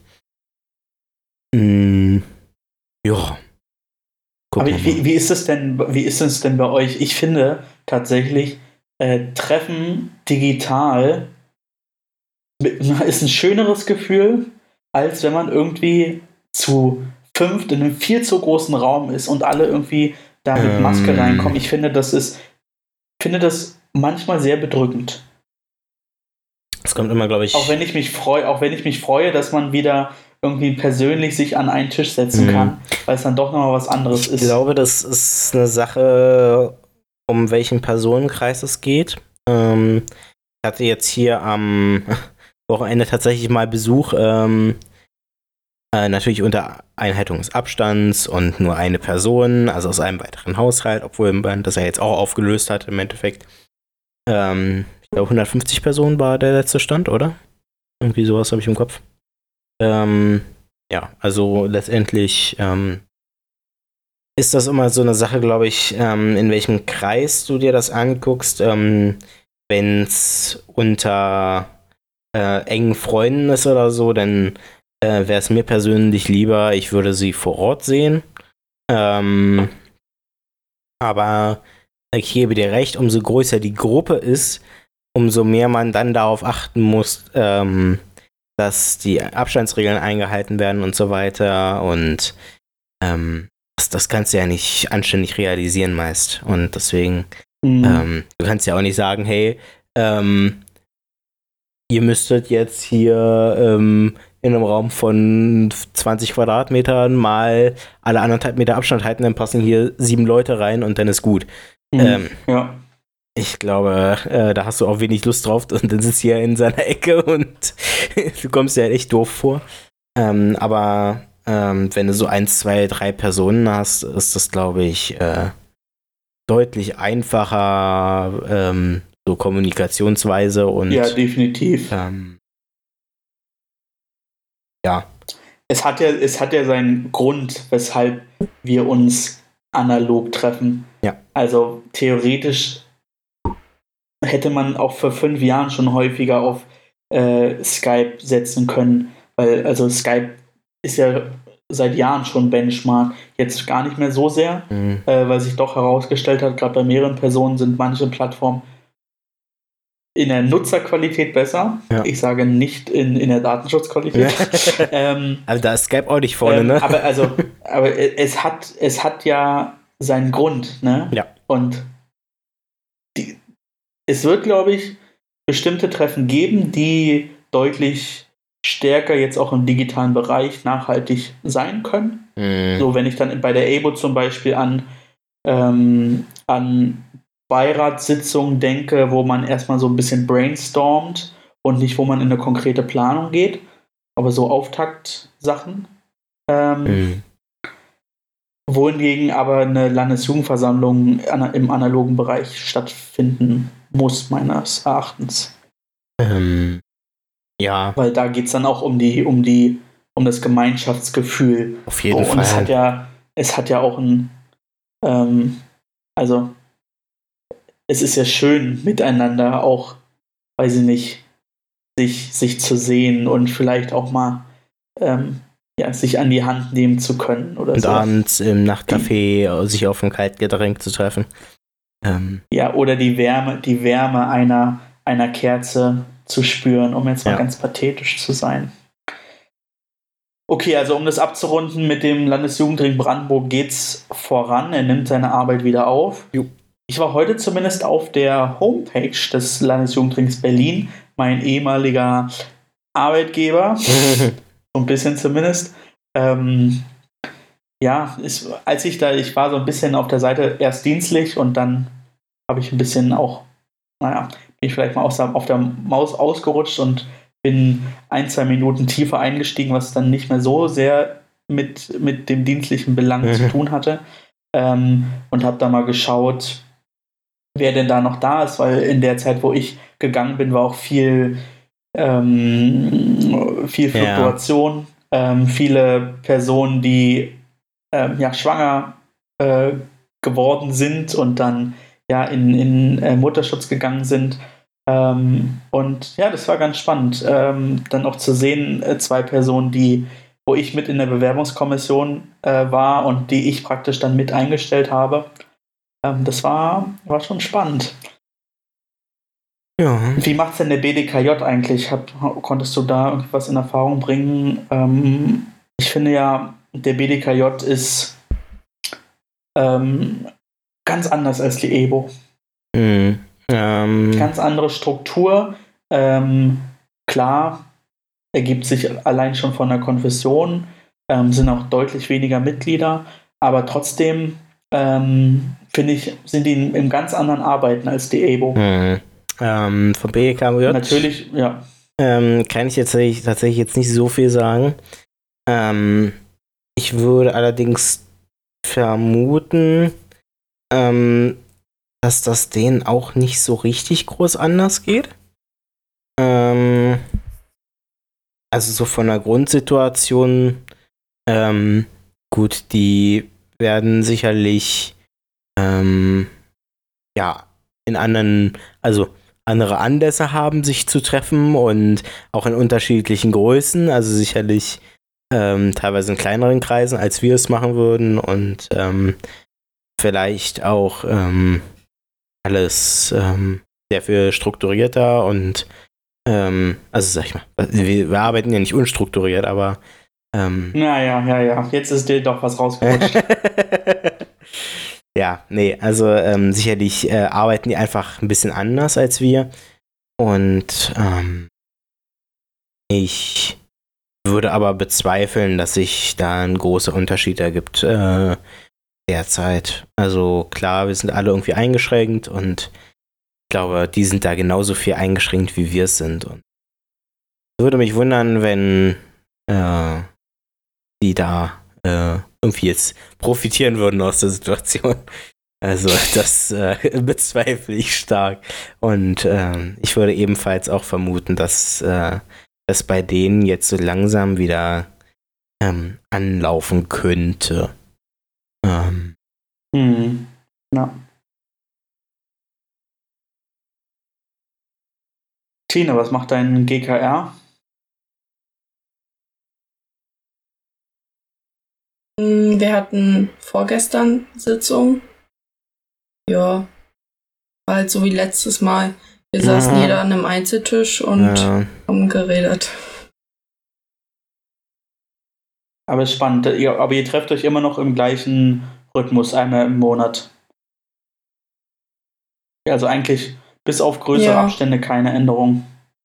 [SPEAKER 2] Mm, ja. Gucken
[SPEAKER 1] Aber
[SPEAKER 2] wir
[SPEAKER 1] wie,
[SPEAKER 2] mal.
[SPEAKER 1] wie ist es denn, wie ist es denn bei euch? Ich finde tatsächlich, äh, Treffen digital ist ein schöneres Gefühl, als wenn man irgendwie zu fünft in einem viel zu großen Raum ist und alle irgendwie da mit
[SPEAKER 2] Ähm.
[SPEAKER 1] Maske reinkommen. Ich finde, das ist, finde das manchmal sehr bedrückend.
[SPEAKER 2] Es kommt immer, glaube ich.
[SPEAKER 1] Auch wenn ich mich freue, auch wenn ich mich freue, dass man wieder irgendwie persönlich sich an einen Tisch setzen
[SPEAKER 2] Mhm.
[SPEAKER 1] kann, weil es dann doch nochmal was anderes
[SPEAKER 2] Ich
[SPEAKER 1] ist.
[SPEAKER 2] glaube, das ist eine Sache, um welchen Personenkreis es geht. Ähm, ich hatte jetzt hier am Wochenende tatsächlich mal Besuch, ähm, äh, natürlich unter Einhaltung des Abstands und nur eine Person, also aus einem weiteren Haushalt, obwohl man das ja jetzt auch aufgelöst hat im Endeffekt. Ähm, ich glaube, hundertfünfzig Personen war der letzte Stand, oder? Irgendwie sowas habe ich im Kopf. Ähm, ja, also letztendlich ähm, ist das immer so eine Sache, glaube ich, ähm, in welchem Kreis du dir das anguckst. Ähm, Wenn es unter äh, engen Freunden ist oder so, dann äh, wäre es mir persönlich lieber, ich würde sie vor Ort sehen. Ähm, aber ich gebe dir recht, umso größer die Gruppe ist, umso mehr man dann darauf achten muss, ähm, dass die Abstandsregeln eingehalten werden und so weiter. Und ähm, das, das kannst du ja nicht anständig realisieren meist. Und deswegen,
[SPEAKER 1] Mhm.
[SPEAKER 2] ähm, du kannst ja auch nicht sagen, hey, ähm, ihr müsstet jetzt hier ähm, in einem Raum von zwanzig Quadratmetern mal alle anderthalb Meter Abstand halten, dann passen hier sieben Leute rein und dann ist gut.
[SPEAKER 1] Mhm.
[SPEAKER 2] Ähm,
[SPEAKER 1] ja.
[SPEAKER 2] Ich glaube, äh, da hast du auch wenig Lust drauf und dann sitzt hier in seiner Ecke und du kommst dir halt echt doof vor. Ähm, aber ähm, wenn du so eins, zwei, drei Personen hast, ist das, glaube ich, äh, deutlich einfacher, ähm, so Kommunikationsweise und
[SPEAKER 1] ja, definitiv.
[SPEAKER 2] ähm, ja.
[SPEAKER 1] Es hat ja, es hat ja seinen Grund, weshalb wir uns analog treffen.
[SPEAKER 2] Ja.
[SPEAKER 1] Also theoretisch hätte man auch vor fünf Jahren schon häufiger auf äh, Skype setzen können, weil also Skype ist ja seit Jahren schon Benchmark, jetzt gar nicht mehr so sehr,
[SPEAKER 2] Mhm.
[SPEAKER 1] äh, weil sich doch herausgestellt hat, gerade bei mehreren Personen sind manche Plattformen in der Nutzerqualität besser.
[SPEAKER 2] Ja.
[SPEAKER 1] Ich sage nicht in, in der Datenschutzqualität. ähm,
[SPEAKER 2] Also da ist Skype auch nicht vorne,
[SPEAKER 1] ähm,
[SPEAKER 2] ne?
[SPEAKER 1] Aber also, aber es hat, es hat ja seinen Grund, ne?
[SPEAKER 2] Ja.
[SPEAKER 1] Und die, es wird, glaube ich, bestimmte Treffen geben, die deutlich stärker jetzt auch im digitalen Bereich nachhaltig sein können.
[SPEAKER 2] Mhm.
[SPEAKER 1] So, wenn ich dann bei der A B O zum Beispiel an, ähm, an Beiratssitzungen denke, wo man erstmal so ein bisschen brainstormt und nicht, wo man in eine konkrete Planung geht, aber so Auftakt-Sachen. Ähm,
[SPEAKER 2] Mhm.
[SPEAKER 1] Wohingegen aber eine Landesjugendversammlung ana- im analogen Bereich stattfinden muss, meines Erachtens.
[SPEAKER 2] Ähm, ja,
[SPEAKER 1] Weil da geht es dann auch um die, um die, um das Gemeinschaftsgefühl.
[SPEAKER 2] auf jeden
[SPEAKER 1] Und es
[SPEAKER 2] Fall.
[SPEAKER 1] hat ja, es hat ja auch ein, ähm, also es ist ja schön, miteinander auch, weiß ich nicht, sich, sich zu sehen und vielleicht auch mal ähm, ja, sich an die Hand nehmen zu können oder
[SPEAKER 2] Und
[SPEAKER 1] so.
[SPEAKER 2] abends im Nachtcafé sich auf ein Kaltgetränk zu treffen. Ähm,
[SPEAKER 1] Ja, oder die Wärme, die Wärme einer, einer Kerze zu spüren, um jetzt mal
[SPEAKER 2] Ja.
[SPEAKER 1] ganz pathetisch zu sein. Okay, also um das abzurunden, mit dem Landesjugendring Brandenburg geht's voran. Er nimmt seine Arbeit wieder auf.
[SPEAKER 2] Jo.
[SPEAKER 1] Ich war heute zumindest auf der Homepage des Landesjugendrings Berlin, mein ehemaliger Arbeitgeber, so ein bisschen zumindest. Ähm, ja, ist, als ich da, ich war so ein bisschen auf der Seite erst dienstlich und dann habe ich ein bisschen auch, naja, bin ich vielleicht mal aus der, auf der Maus ausgerutscht und bin ein, zwei Minuten tiefer eingestiegen, was dann nicht mehr so sehr mit, mit dem dienstlichen Belang
[SPEAKER 2] Mhm.
[SPEAKER 1] zu tun hatte. Ähm, und habe da mal geschaut, wer denn da noch da ist, weil in der Zeit, wo ich gegangen bin, war auch viel, ähm, viel
[SPEAKER 2] Ja.
[SPEAKER 1] Fluktuation, ähm, viele Personen, die ähm, ja, schwanger äh, geworden sind und dann ja in, in äh, Mutterschutz gegangen sind. Ähm, und ja, das war ganz spannend, ähm, dann auch zu sehen, äh, zwei Personen, die, wo ich mit in der Bewerbungskommission äh, war und die ich praktisch dann mit eingestellt habe. Ähm, das war, war schon spannend.
[SPEAKER 2] ja.
[SPEAKER 1] Wie macht's denn der B D K J eigentlich? Hab, konntest du da irgendwas in Erfahrung bringen? Ähm, ich finde ja, der B D K J ist ähm, ganz anders als die E B O.
[SPEAKER 2] Mhm. Ähm,
[SPEAKER 1] Ganz andere Struktur. Ähm, klar, ergibt sich allein schon von der Konfession, ähm, sind auch deutlich weniger Mitglieder, aber trotzdem ähm, finde ich, sind die in, im ganz anderen Arbeiten als die E B O.
[SPEAKER 2] mhm. ähm, vom B D K J
[SPEAKER 1] Natürlich, ja.
[SPEAKER 2] ähm, kann ich jetzt tatsächlich, tatsächlich jetzt nicht so viel sagen. Ähm, ich würde allerdings vermuten, ähm, dass das denen auch nicht so richtig groß anders geht. Ähm, also so von der Grundsituation, ähm, gut, die werden sicherlich ähm, ja in anderen, also andere Anlässe haben, sich zu treffen und auch in unterschiedlichen Größen, also sicherlich ähm, teilweise in kleineren Kreisen, als wir es machen würden und ähm, vielleicht auch ähm, alles ähm, sehr viel strukturierter und ähm, also sag ich mal, wir, wir arbeiten ja nicht unstrukturiert, aber ähm,
[SPEAKER 1] Ja, ja, ja, ja. Jetzt ist dir doch was rausgerutscht.
[SPEAKER 2] ja, nee, also ähm, sicherlich äh, arbeiten die einfach ein bisschen anders als wir und ähm, ich würde aber bezweifeln, dass sich da ein großer Unterschied ergibt äh, derzeit. Also klar, wir sind alle irgendwie eingeschränkt und ich glaube, die sind da genauso viel eingeschränkt, wie wir es sind. Und es würde mich wundern, wenn äh, die da äh, irgendwie jetzt profitieren würden aus der Situation. Also das äh, bezweifle ich stark. Und ähm, ich würde ebenfalls auch vermuten, dass äh, das bei denen jetzt so langsam wieder ähm, anlaufen könnte. Ähm,
[SPEAKER 1] Hm. Ja. Tine, was macht dein G K R?
[SPEAKER 3] Mm, Wir hatten vorgestern Sitzung. Ja, war halt so wie letztes Mal. Wir saßen
[SPEAKER 2] Ja.
[SPEAKER 3] jeder an einem Einzeltisch und
[SPEAKER 2] äh,
[SPEAKER 3] haben geredet.
[SPEAKER 1] Aber ist spannend. Ihr, aber ihr trefft euch immer noch im gleichen Rhythmus, einmal im Monat. Ja, also eigentlich bis auf größere
[SPEAKER 3] Ja.
[SPEAKER 1] Abstände keine Änderung.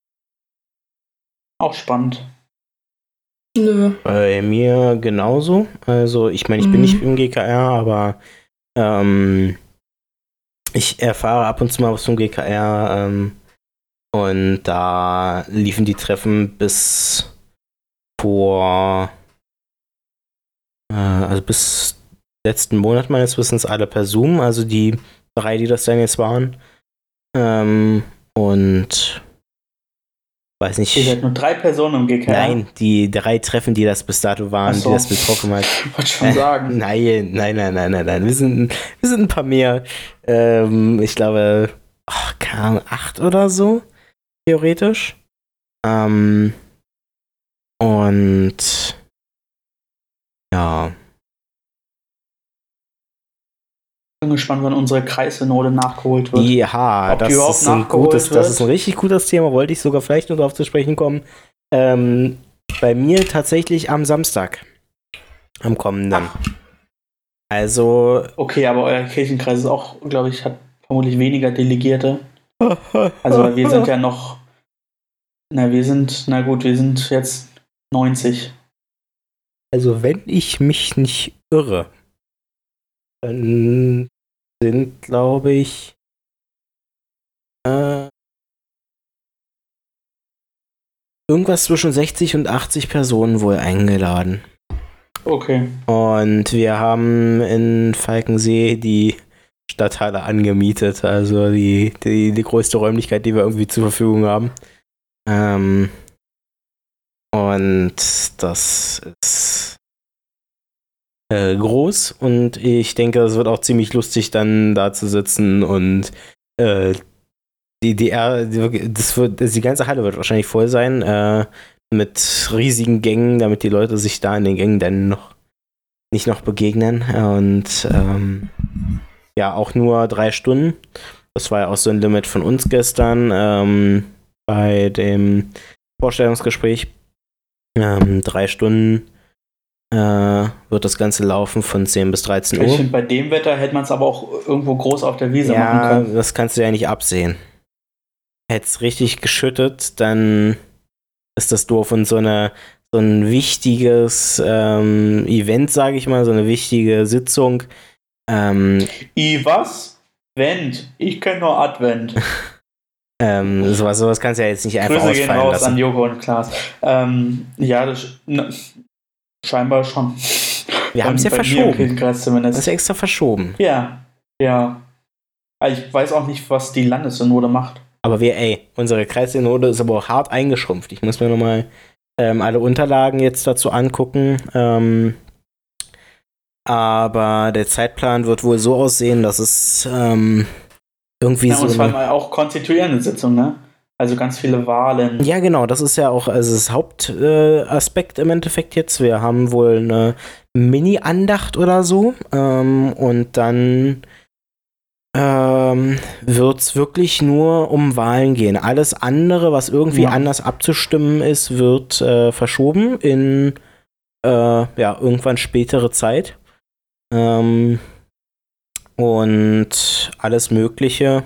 [SPEAKER 1] Auch spannend.
[SPEAKER 3] Nö.
[SPEAKER 2] bei mir genauso. Also ich meine, ich bin
[SPEAKER 3] Mhm.
[SPEAKER 2] nicht im G K R, aber ähm, ich erfahre ab und zu mal was vom G K R ähm, und da liefen die Treffen bis vor, äh, also bis letzten Monat meines Wissens alle per Zoom, also die drei, die das dann jetzt waren. Ähm, und weiß nicht.
[SPEAKER 1] Ihr seid nur drei Personen im G K R?
[SPEAKER 2] Nein, die drei Treffen, die das bis dato waren, so. Die das betroffen hat.
[SPEAKER 1] Ich wollte schon sagen.
[SPEAKER 2] Nein, nein, nein, nein, nein, nein. Wir sind, wir sind ein paar mehr. Ähm, ich glaube, oh, keine Ahnung, acht oder so, theoretisch. Ähm, und ja.
[SPEAKER 1] Ich bin gespannt, wann unsere Kreissynode nachgeholt wird.
[SPEAKER 2] Ja, das ist, ein gutes, das ist ein richtig gutes Thema. Wollte ich sogar vielleicht noch darauf zu sprechen kommen. Ähm, bei mir tatsächlich am Samstag. Am kommenden. Ach. Also.
[SPEAKER 1] Okay, aber euer Kirchenkreis ist auch, glaube ich, hat vermutlich weniger Delegierte. Also, weil wir sind ja noch. Na, wir sind, na gut, wir sind jetzt neunzig.
[SPEAKER 2] Also, wenn ich mich nicht irre, dann sind, glaube ich, äh, irgendwas zwischen sechzig und achtzig Personen wohl eingeladen.
[SPEAKER 1] Okay.
[SPEAKER 2] Und wir haben in Falkensee die Stadthalle angemietet, also die, die, die größte Räumlichkeit, die wir irgendwie zur Verfügung haben. Ähm, und das ist äh, groß und ich denke, es wird auch ziemlich lustig, dann da zu sitzen und äh, die, die, die, das wird, die ganze Halle wird wahrscheinlich voll sein, äh, mit riesigen Gängen, damit die Leute sich da in den Gängen dann noch nicht noch begegnen. Und ähm, ja, auch nur drei Stunden. Das war ja auch so ein Limit von uns gestern ähm, bei dem Vorstellungsgespräch. Ähm, drei Stunden äh, wird das Ganze laufen von zehn bis dreizehn Uhr.
[SPEAKER 1] Ich finde, bei dem Wetter hätte man es aber auch irgendwo groß auf der Wiese
[SPEAKER 2] ja,
[SPEAKER 1] machen können.
[SPEAKER 2] Das kannst du ja nicht absehen. Hätte es richtig geschüttet, dann ist das doof und so eine so ein wichtiges ähm, Event, sage ich mal, so eine wichtige Sitzung. Ähm,
[SPEAKER 1] I was? Vent. Ich kenne nur Advent.
[SPEAKER 2] ähm, sowas, sowas kannst du ja jetzt nicht einfach
[SPEAKER 1] Grüße
[SPEAKER 2] ausfallen
[SPEAKER 1] gehen raus
[SPEAKER 2] lassen.
[SPEAKER 1] An Joko und Klaas. Ähm, ja, das ne, scheinbar schon.
[SPEAKER 2] Wir haben es ja verschoben.
[SPEAKER 1] Das
[SPEAKER 2] ist ja extra verschoben.
[SPEAKER 1] Ja, ja. Ich weiß auch nicht, was die Landessynode macht.
[SPEAKER 2] Aber wir, ey, unsere Kreissynode ist aber auch hart eingeschrumpft. Ich muss mir nochmal ähm, alle Unterlagen jetzt dazu angucken. Ähm, aber der Zeitplan wird wohl so aussehen, dass es ähm, irgendwie
[SPEAKER 1] ja,
[SPEAKER 2] so.
[SPEAKER 1] Und es war auch konstituierende Sitzung, ne? Also ganz viele Wahlen.
[SPEAKER 2] Ja, genau, das ist ja auch also das Hauptaspekt äh, im Endeffekt jetzt. Wir haben wohl eine Mini-Andacht oder so. Ähm, und dann ähm, wird es wirklich nur um Wahlen gehen. Alles andere, was irgendwie ja. anders abzustimmen ist, wird äh, verschoben in äh, ja, irgendwann spätere Zeit. Ähm, und alles Mögliche,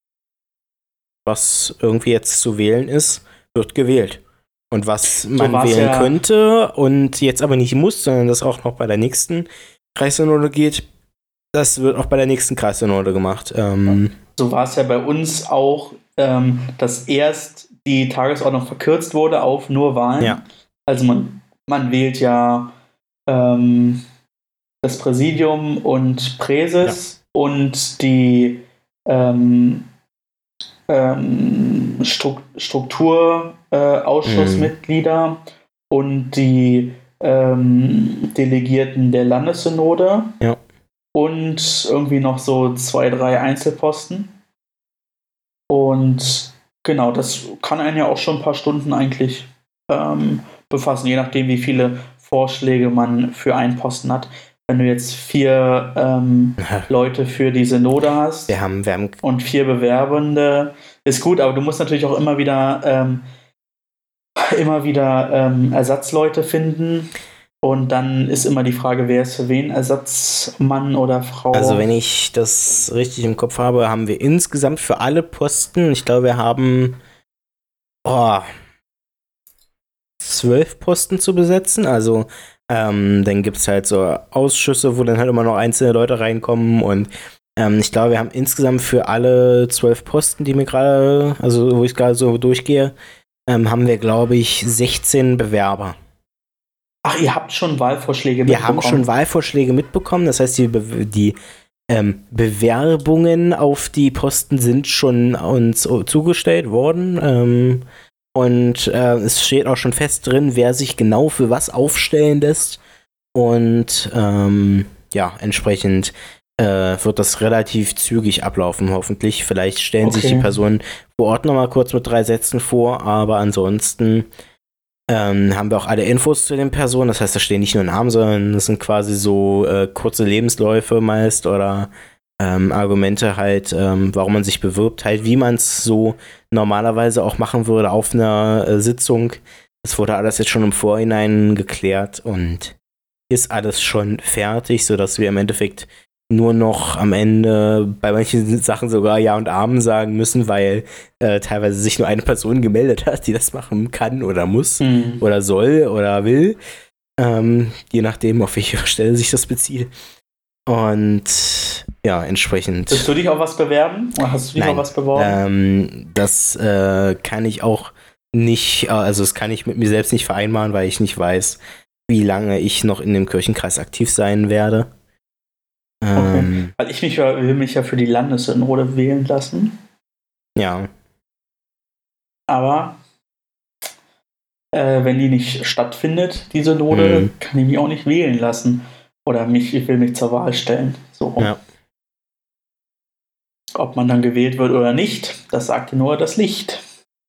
[SPEAKER 2] was irgendwie jetzt zu wählen ist, wird gewählt. Und was man so wählen ja. könnte und jetzt aber nicht muss, sondern das auch noch bei der nächsten Kreissynode geht, das wird auch bei der nächsten Kreissynode gemacht. Ähm,
[SPEAKER 1] so war es ja bei uns auch, ähm, dass erst die Tagesordnung verkürzt wurde auf nur Wahlen.
[SPEAKER 2] Ja.
[SPEAKER 1] Also man, man wählt ja ähm, das Präsidium und Präses ja. und die ähm, ähm, Stru- Strukturausschussmitglieder äh, mhm. und die ähm, Delegierten der Landessynode.
[SPEAKER 2] Ja.
[SPEAKER 1] Und irgendwie noch so zwei, drei Einzelposten. Und genau, das kann einen ja auch schon ein paar Stunden eigentlich ähm, befassen, je nachdem, wie viele Vorschläge man für einen Posten hat. Wenn du jetzt vier ähm, Leute für die Synode hast
[SPEAKER 2] wir haben, wir haben
[SPEAKER 1] und vier Bewerbende, ist gut, aber du musst natürlich auch immer wieder, ähm, immer wieder ähm, Ersatzleute finden. Und dann ist immer die Frage, wer ist für wen Ersatzmann oder Frau?
[SPEAKER 2] Also wenn ich das richtig im Kopf habe, haben wir insgesamt für alle Posten, ich glaube, wir haben oh, zwölf Posten zu besetzen. Also ähm, dann gibt es halt so Ausschüsse, wo dann halt immer noch einzelne Leute reinkommen. Und ähm, ich glaube, wir haben insgesamt für alle zwölf Posten, die mir gerade, also wo ich gerade so durchgehe, ähm, haben wir, glaube ich, sechzehn Bewerber.
[SPEAKER 1] Ach, ihr habt schon Wahlvorschläge
[SPEAKER 2] Wir
[SPEAKER 1] mitbekommen?
[SPEAKER 2] haben schon Wahlvorschläge mitbekommen. Das heißt, die, Be- die ähm, Bewerbungen auf die Posten sind schon uns zugestellt worden. Ähm, und äh, es steht auch schon fest drin, wer sich genau für was aufstellen lässt. Und ähm, ja, entsprechend äh, wird das relativ zügig ablaufen, hoffentlich. Vielleicht stellen
[SPEAKER 1] Okay.
[SPEAKER 2] sich die Personen vor Ort nochmal kurz mit drei Sätzen vor, aber ansonsten ähm, haben wir auch alle Infos zu den Personen. Das heißt, da stehen nicht nur Namen, sondern das sind quasi so äh, kurze Lebensläufe meist oder ähm, Argumente halt, ähm, warum man sich bewirbt, halt wie man es so normalerweise auch machen würde auf einer äh, Sitzung. Das wurde alles jetzt schon im Vorhinein geklärt und ist alles schon fertig, sodass wir im Endeffekt nur noch am Ende bei manchen Sachen sogar Ja und Amen sagen müssen, weil äh, teilweise sich nur eine Person gemeldet hat, die das machen kann oder muss
[SPEAKER 1] Hm.
[SPEAKER 2] oder soll oder will. Ähm, je nachdem, auf welche Stelle sich das bezieht. Und ja, entsprechend.
[SPEAKER 1] Willst du dich auf was bewerben? Oder hast du dich
[SPEAKER 2] Nein.
[SPEAKER 1] auf was beworben?
[SPEAKER 2] Ähm, das äh, kann ich auch nicht, äh, also das kann ich mit mir selbst nicht vereinbaren, weil ich nicht weiß, wie lange ich noch in dem Kirchenkreis aktiv sein werde. Ähm,
[SPEAKER 1] Weil ich mich ja, will mich ja für die Landessynode wählen lassen.
[SPEAKER 2] ja,
[SPEAKER 1] Aber äh, wenn die nicht stattfindet, die Synode,
[SPEAKER 2] Mhm.
[SPEAKER 1] kann ich mich auch nicht wählen lassen. Oder mich, ich will mich zur Wahl stellen. So rum.
[SPEAKER 2] Ja.
[SPEAKER 1] Ob man dann gewählt wird oder nicht, das sagte nur das Licht.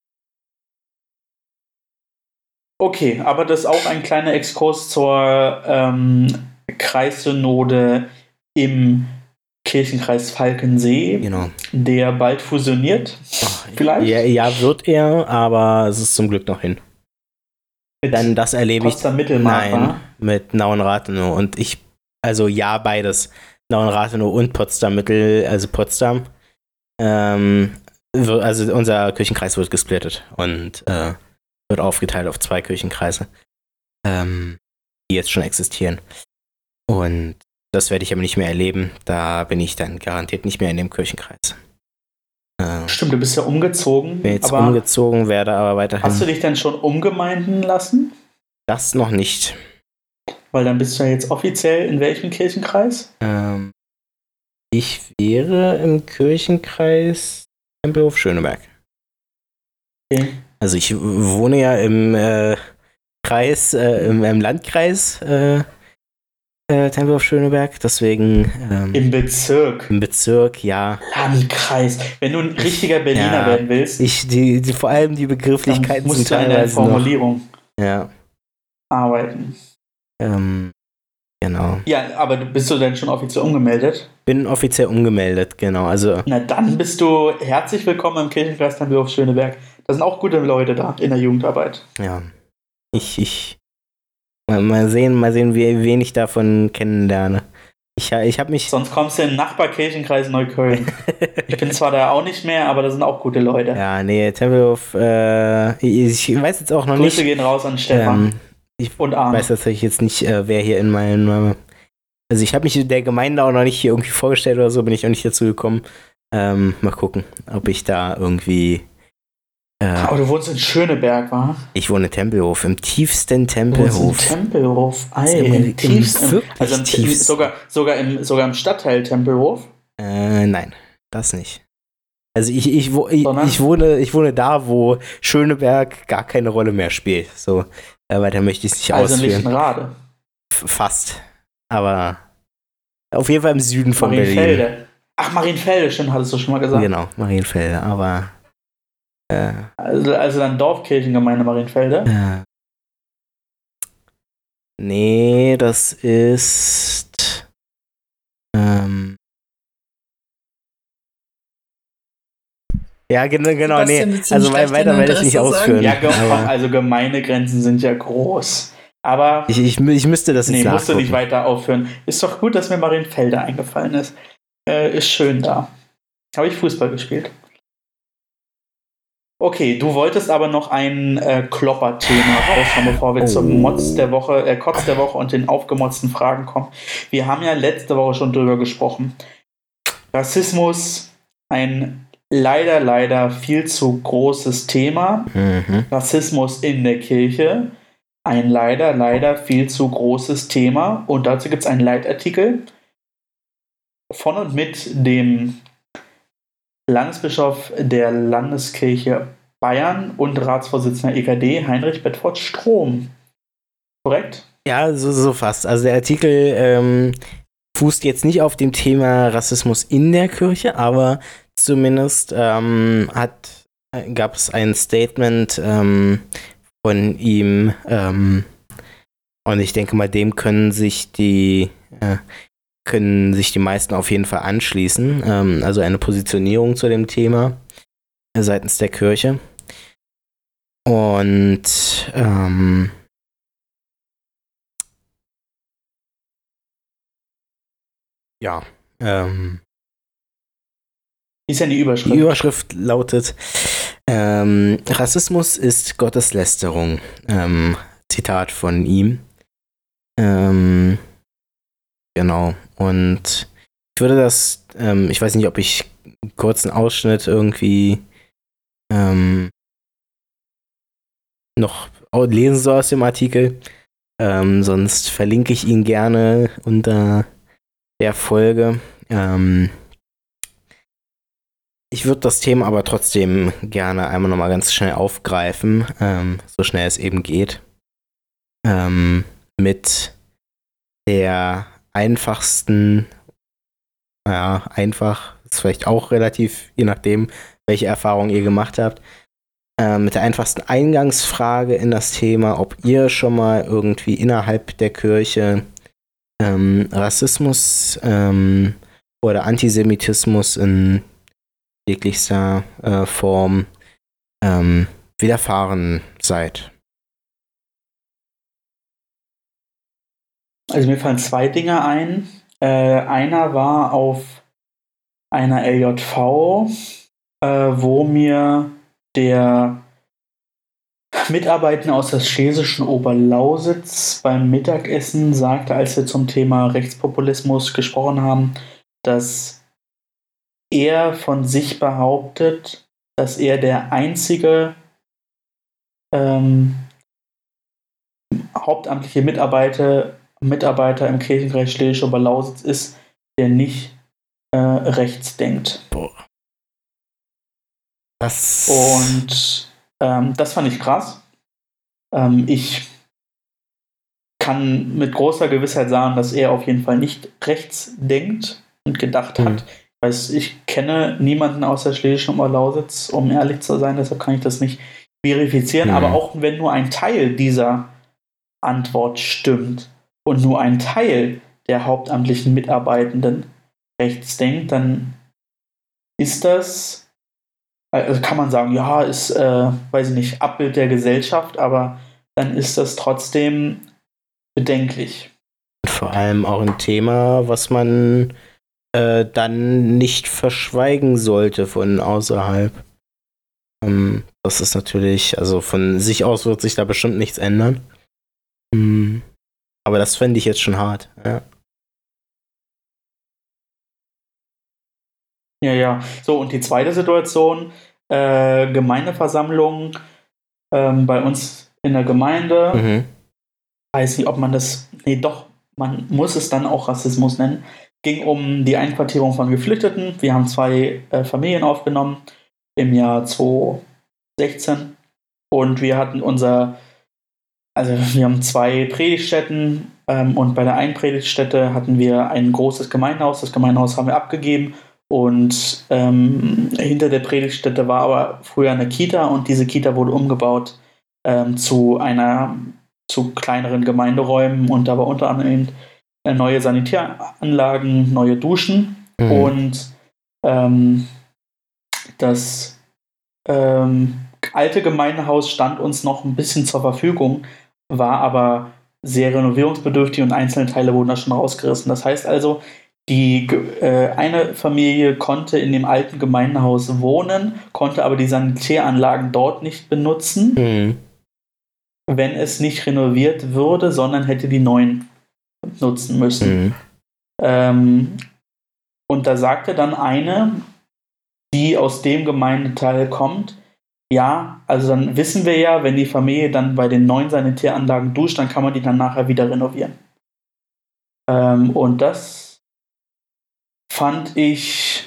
[SPEAKER 1] Okay, aber das ist auch ein kleiner Exkurs zur ähm, Kreissynode im Kirchenkreis Falkensee,
[SPEAKER 2] genau.
[SPEAKER 1] der bald fusioniert. Vielleicht?
[SPEAKER 2] Ja, ja, wird er, aber es ist zum Glück noch hin.
[SPEAKER 1] Mit
[SPEAKER 2] Dann das erlebe ich.
[SPEAKER 1] Potsdam Mittelmark,
[SPEAKER 2] Nein,
[SPEAKER 1] wa?
[SPEAKER 2] mit Nauen-Rathenow. Und ich, also ja, beides. Nauen-Rathenow und Potsdam Mittel, also Potsdam. Ähm, wird, also unser Kirchenkreis wird gesplittet und äh, wird aufgeteilt auf zwei Kirchenkreise, ähm, die jetzt schon existieren. Und das werde ich aber nicht mehr erleben. Da bin ich dann garantiert nicht mehr in dem Kirchenkreis. Äh,
[SPEAKER 1] Stimmt, du bist ja umgezogen.
[SPEAKER 2] bin jetzt
[SPEAKER 1] aber
[SPEAKER 2] umgezogen, werde aber weiterhin.
[SPEAKER 1] hast du dich denn schon umgemeinden lassen?
[SPEAKER 2] Das noch nicht.
[SPEAKER 1] Weil dann bist du ja jetzt offiziell in welchem Kirchenkreis?
[SPEAKER 2] Ähm, ich wäre im Kirchenkreis Tempelhof Schöneberg.
[SPEAKER 1] Okay.
[SPEAKER 2] Also ich wohne ja im äh, Kreis, äh, im, im Landkreis äh, äh, Tempelhof Schöneberg, deswegen ähm,
[SPEAKER 1] Im Bezirk.
[SPEAKER 2] im Bezirk, ja.
[SPEAKER 1] Landkreis. Wenn du ein richtiger Berliner
[SPEAKER 2] Ja,
[SPEAKER 1] werden willst,
[SPEAKER 2] Ich, die, die, vor allem die
[SPEAKER 1] dann
[SPEAKER 2] Begrifflichkeiten
[SPEAKER 1] musst
[SPEAKER 2] sind
[SPEAKER 1] du an der
[SPEAKER 2] teilweise noch.
[SPEAKER 1] Formulierung
[SPEAKER 2] Ja,
[SPEAKER 1] arbeiten.
[SPEAKER 2] ähm, genau.
[SPEAKER 1] Ja, aber du- bist du denn schon offiziell umgemeldet?
[SPEAKER 2] Bin offiziell umgemeldet, genau. Also
[SPEAKER 1] Na dann bist du herzlich willkommen im Kirchenkreis Tempelhof Schöneberg. Da sind auch gute Leute da in der Jugendarbeit.
[SPEAKER 2] ja, ich, ich, mal, mal sehen, mal sehen, wie wen ich davon kennenlerne. Ich, ich habe mich,
[SPEAKER 1] Sonst kommst du in den Nachbarkirchenkreis Neukölln. Ich bin zwar da auch nicht mehr, aber da sind auch gute Leute.
[SPEAKER 2] ja, nee, Tempelhof, äh, ich, ich weiß jetzt auch noch
[SPEAKER 1] Grüße
[SPEAKER 2] nicht,
[SPEAKER 1] gehen raus an Stefan
[SPEAKER 2] ähm, ich
[SPEAKER 1] und Arne.
[SPEAKER 2] weiß tatsächlich jetzt nicht, äh, wer hier in meinem, also ich habe mich der Gemeinde auch noch nicht hier irgendwie vorgestellt oder so, bin ich auch nicht dazu gekommen. Ähm, mal gucken, ob ich da irgendwie, äh,
[SPEAKER 1] Aber du wohnst in Schöneberg, wa?
[SPEAKER 2] ich wohne in Tempelhof, im tiefsten
[SPEAKER 1] Du wohnst
[SPEAKER 2] Tempelhof.
[SPEAKER 1] in Tempelhof. Ei,
[SPEAKER 2] Im-
[SPEAKER 1] im,
[SPEAKER 2] im
[SPEAKER 1] tiefsten.
[SPEAKER 2] wirklich
[SPEAKER 1] Also im,
[SPEAKER 2] tiefsten.
[SPEAKER 1] sogar, sogar, im, sogar im Stadtteil Tempelhof.
[SPEAKER 2] Äh, nein, das nicht. Also ich, ich, wo, ich,
[SPEAKER 1] Sondern?
[SPEAKER 2] ich, wohne, ich wohne da, wo Schöneberg gar keine Rolle mehr spielt. So, äh, weiter möchte ich es nicht
[SPEAKER 1] Also in
[SPEAKER 2] ausführen.
[SPEAKER 1] Lichtenrade.
[SPEAKER 2] F- Fast. Aber auf jeden Fall im Süden von Berlin.
[SPEAKER 1] Marienfelde. Ach, Marienfelde, stimmt, hattest du schon mal gesagt.
[SPEAKER 2] Genau, Marienfelde. Aber äh,
[SPEAKER 1] Also, also dann Dorfkirchengemeinde Marienfelde.
[SPEAKER 2] äh, nee, das ist ähm, ja, genau, genau, nee.
[SPEAKER 3] Sebastian, willst du
[SPEAKER 2] Also
[SPEAKER 3] nicht
[SPEAKER 2] wei-
[SPEAKER 3] gleich
[SPEAKER 2] weiter
[SPEAKER 3] deine
[SPEAKER 2] werde ich nicht
[SPEAKER 3] Adresse sagen?
[SPEAKER 2] ausführen.
[SPEAKER 1] Ja, komm,
[SPEAKER 2] aber
[SPEAKER 1] also Gemeindegrenzen sind ja groß. Aber
[SPEAKER 2] ich, ich, ich müsste das jetzt
[SPEAKER 1] nee, musst du nicht
[SPEAKER 2] nachgucken.
[SPEAKER 1] weiter aufführen. Ist doch gut, dass mir Marienfelde eingefallen ist. Äh, ist schön da. Habe ich Fußball gespielt. Okay, du wolltest aber noch ein äh, Klopper-Thema raushauen, bevor wir
[SPEAKER 2] Oh.
[SPEAKER 1] zum Motz der Woche, äh, Kotz der Woche und den aufgemotzten Fragen kommen. Wir haben ja letzte Woche schon drüber gesprochen. Rassismus, ein leider, leider viel zu großes Thema.
[SPEAKER 2] Mhm.
[SPEAKER 1] Rassismus in der Kirche. ein leider, leider viel zu großes Thema. Und dazu gibt es einen Leitartikel von und mit dem Landesbischof der Landeskirche Bayern und Ratsvorsitzender E K D, Heinrich Bedford Strom. Korrekt?
[SPEAKER 2] Ja, so, so fast. Also der Artikel ähm, fußt jetzt nicht auf dem Thema Rassismus in der Kirche, aber zumindest ähm, hat, gab es ein Statement ähm, von ihm ähm, und ich denke mal, dem können sich die äh, können sich die meisten auf jeden Fall anschließen. Ähm, also eine Positionierung zu dem Thema äh, seitens der Kirche. Und ähm, ja, ähm,
[SPEAKER 1] Ist ja die Überschrift.
[SPEAKER 2] Die Überschrift lautet ähm, Rassismus ist Gotteslästerung. Ähm, Zitat von ihm. Ähm, genau. Und ich würde das, ähm, ich weiß nicht, ob ich einen kurzen Ausschnitt irgendwie ähm, noch lesen soll aus dem Artikel. Ähm, sonst verlinke ich ihn gerne unter der Folge. Ähm, Ich würde das Thema aber trotzdem gerne einmal nochmal ganz schnell aufgreifen, ähm, so schnell es eben geht. Ähm, mit der einfachsten, ja, einfach, ist vielleicht auch relativ, je nachdem, welche Erfahrungen ihr gemacht habt, äh, mit der einfachsten Eingangsfrage in das Thema, ob ihr schon mal irgendwie innerhalb der Kirche ähm, Rassismus ähm, oder Antisemitismus in jeglichster äh, Form ähm, widerfahren seid.
[SPEAKER 1] Also mir fallen zwei Dinge ein. Äh, einer war auf einer L J V, äh, wo mir der Mitarbeiter aus der schlesischen Oberlausitz beim Mittagessen sagte, als wir zum Thema Rechtspopulismus gesprochen haben, dass er von sich behauptet, dass er der einzige ähm, hauptamtliche Mitarbeiter, Mitarbeiter im Kirchenkreis Schlesische Oberlausitz ist, der nicht äh, rechts denkt.
[SPEAKER 2] Boah. Das
[SPEAKER 1] Und ähm, das fand ich krass. Ähm, ich kann mit großer Gewissheit sagen, dass er auf jeden Fall nicht rechts denkt und gedacht
[SPEAKER 2] Mhm.
[SPEAKER 1] hat. Ich weiß, ich kenne niemanden aus der Schlesischen Oberlausitz, um ehrlich zu sein, deshalb kann ich das nicht verifizieren.
[SPEAKER 2] Mhm.
[SPEAKER 1] Aber auch wenn nur ein Teil dieser Antwort stimmt und nur ein Teil der hauptamtlichen Mitarbeitenden rechts denkt, dann ist das, also kann man sagen, ja, ist, äh, weiß ich nicht, Abbild der Gesellschaft, aber dann ist das trotzdem bedenklich.
[SPEAKER 2] vor allem auch ein Thema, was man äh, dann nicht verschweigen sollte von außerhalb. Ähm, das ist natürlich, also von sich aus wird sich da bestimmt nichts ändern. Mhm. Aber das fände ich jetzt schon hart. Ja.
[SPEAKER 1] Ja, ja. So, und die zweite Situation, äh, Gemeindeversammlung ähm, bei uns in der Gemeinde.
[SPEAKER 2] Mhm.
[SPEAKER 1] Weiß nicht, ob man das, nee, doch, man muss es dann auch Rassismus nennen. Ging um die Einquartierung von Geflüchteten. Wir haben zwei äh, Familien aufgenommen im Jahr zwanzig sechzehn und wir hatten unser, also wir haben zwei Predigtstätten ähm, und bei der einen Predigtstätte hatten wir ein großes Gemeindehaus. Das Gemeindehaus haben wir abgegeben und ähm, hinter der Predigtstätte war aber früher eine Kita und diese Kita wurde umgebaut ähm, zu einer zu kleineren Gemeinderäumen und da war unter anderem äh, neue Sanitäranlagen, neue Duschen
[SPEAKER 2] Mhm.
[SPEAKER 1] und ähm, das ähm, alte Gemeindehaus stand uns noch ein bisschen zur Verfügung, war aber sehr renovierungsbedürftig und einzelne Teile wurden da schon rausgerissen. Das heißt also, die äh, eine Familie konnte in dem alten Gemeindehaus wohnen, konnte aber die Sanitäranlagen dort nicht benutzen,
[SPEAKER 2] Mhm.
[SPEAKER 1] wenn es nicht renoviert würde, sondern hätte die neuen nutzen müssen.
[SPEAKER 2] Mhm.
[SPEAKER 1] Ähm, und da sagte dann eine, die aus dem Gemeindeteil kommt, ja, also dann wissen wir ja, wenn die Familie dann bei den neuen Sanitäranlagen duscht, dann kann man die dann nachher wieder renovieren. Ähm, und das fand ich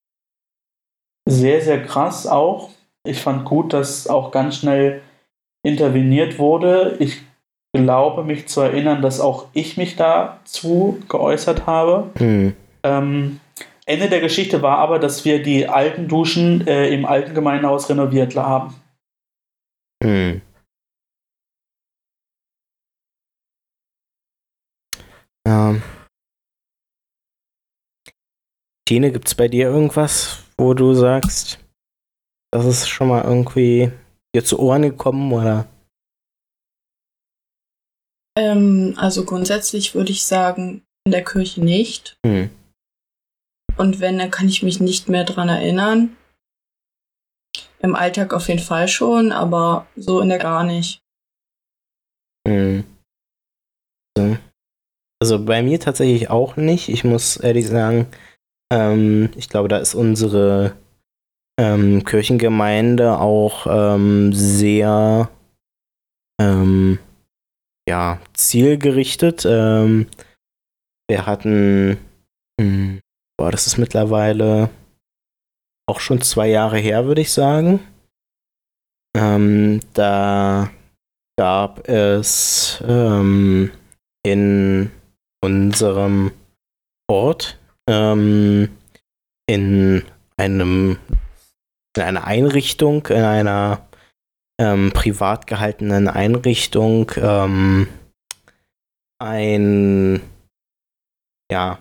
[SPEAKER 1] sehr, sehr krass auch. Ich fand gut, dass auch ganz schnell interveniert wurde. Ich glaube, mich zu erinnern, dass auch ich mich dazu geäußert habe.
[SPEAKER 2] Hm.
[SPEAKER 1] Ähm, Ende der Geschichte war aber, dass wir die alten Duschen äh, im alten Gemeindehaus renoviert haben.
[SPEAKER 2] Hm. Ja. Tine, gibt's bei dir irgendwas, wo du sagst, das ist schon mal irgendwie dir zu Ohren gekommen, oder?
[SPEAKER 3] Ähm, also grundsätzlich würde ich sagen, in der Kirche nicht.
[SPEAKER 2] Hm.
[SPEAKER 3] Und wenn, dann kann ich mich nicht mehr dran erinnern. Im Alltag auf jeden Fall schon, aber so in der gar nicht.
[SPEAKER 2] Hm. So. Also bei mir tatsächlich auch nicht. Ich muss ehrlich sagen, ähm, ich glaube, da ist unsere ähm, Kirchengemeinde auch ähm, sehr ähm, ja, zielgerichtet. Ähm, wir hatten, mh, boah, das ist mittlerweile auch schon zwei Jahre her, würde ich sagen. Ähm, da gab es ähm, in unserem Ort ähm, in einem in einer Einrichtung, in einer ähm, privat gehaltenen Einrichtung ähm, ein ja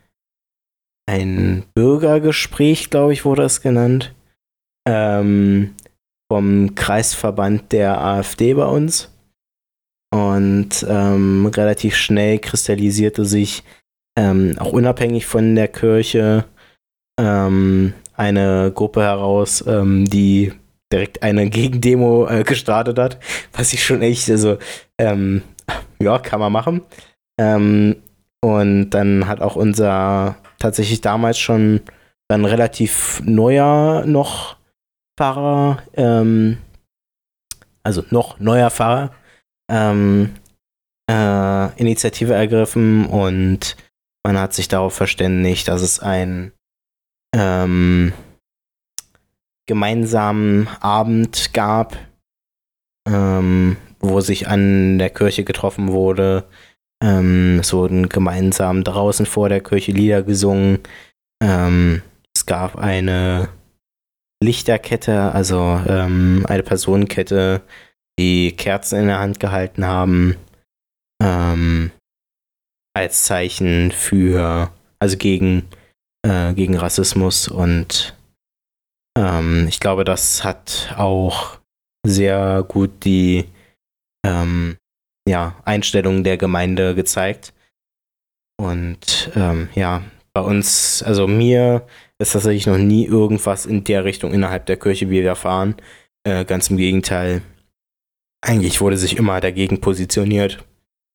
[SPEAKER 2] ein Bürgergespräch, glaube ich, wurde es genannt, ähm, vom Kreisverband der AfD bei uns. Und ähm, relativ schnell kristallisierte sich ähm, auch unabhängig von der Kirche ähm, eine Gruppe heraus, ähm, die direkt eine Gegendemo äh, gestartet hat, was ich schon echt, also ähm, ja, kann man machen. Ähm, und dann hat auch unser tatsächlich damals schon ein relativ neuer noch Pfarrer, ähm, also noch neuer Pfarrer, ähm, äh, Initiative ergriffen und man hat sich darauf verständigt, dass es ein ähm, gemeinsamen Abend gab, ähm, wo sich an der Kirche getroffen wurde. Ähm, es wurden gemeinsam draußen vor der Kirche Lieder gesungen. Ähm, es gab eine Lichterkette, also ähm, eine Personenkette, die Kerzen in der Hand gehalten haben, ähm, als Zeichen für, also gegen, äh, gegen Rassismus, und ähm, ich glaube, das hat auch sehr gut die ähm, ja, Einstellung der Gemeinde gezeigt. Und ähm, ja, bei uns, also mir ist tatsächlich noch nie irgendwas in der Richtung innerhalb der Kirche widerfahren. Äh, ganz im Gegenteil. Eigentlich wurde sich immer dagegen positioniert.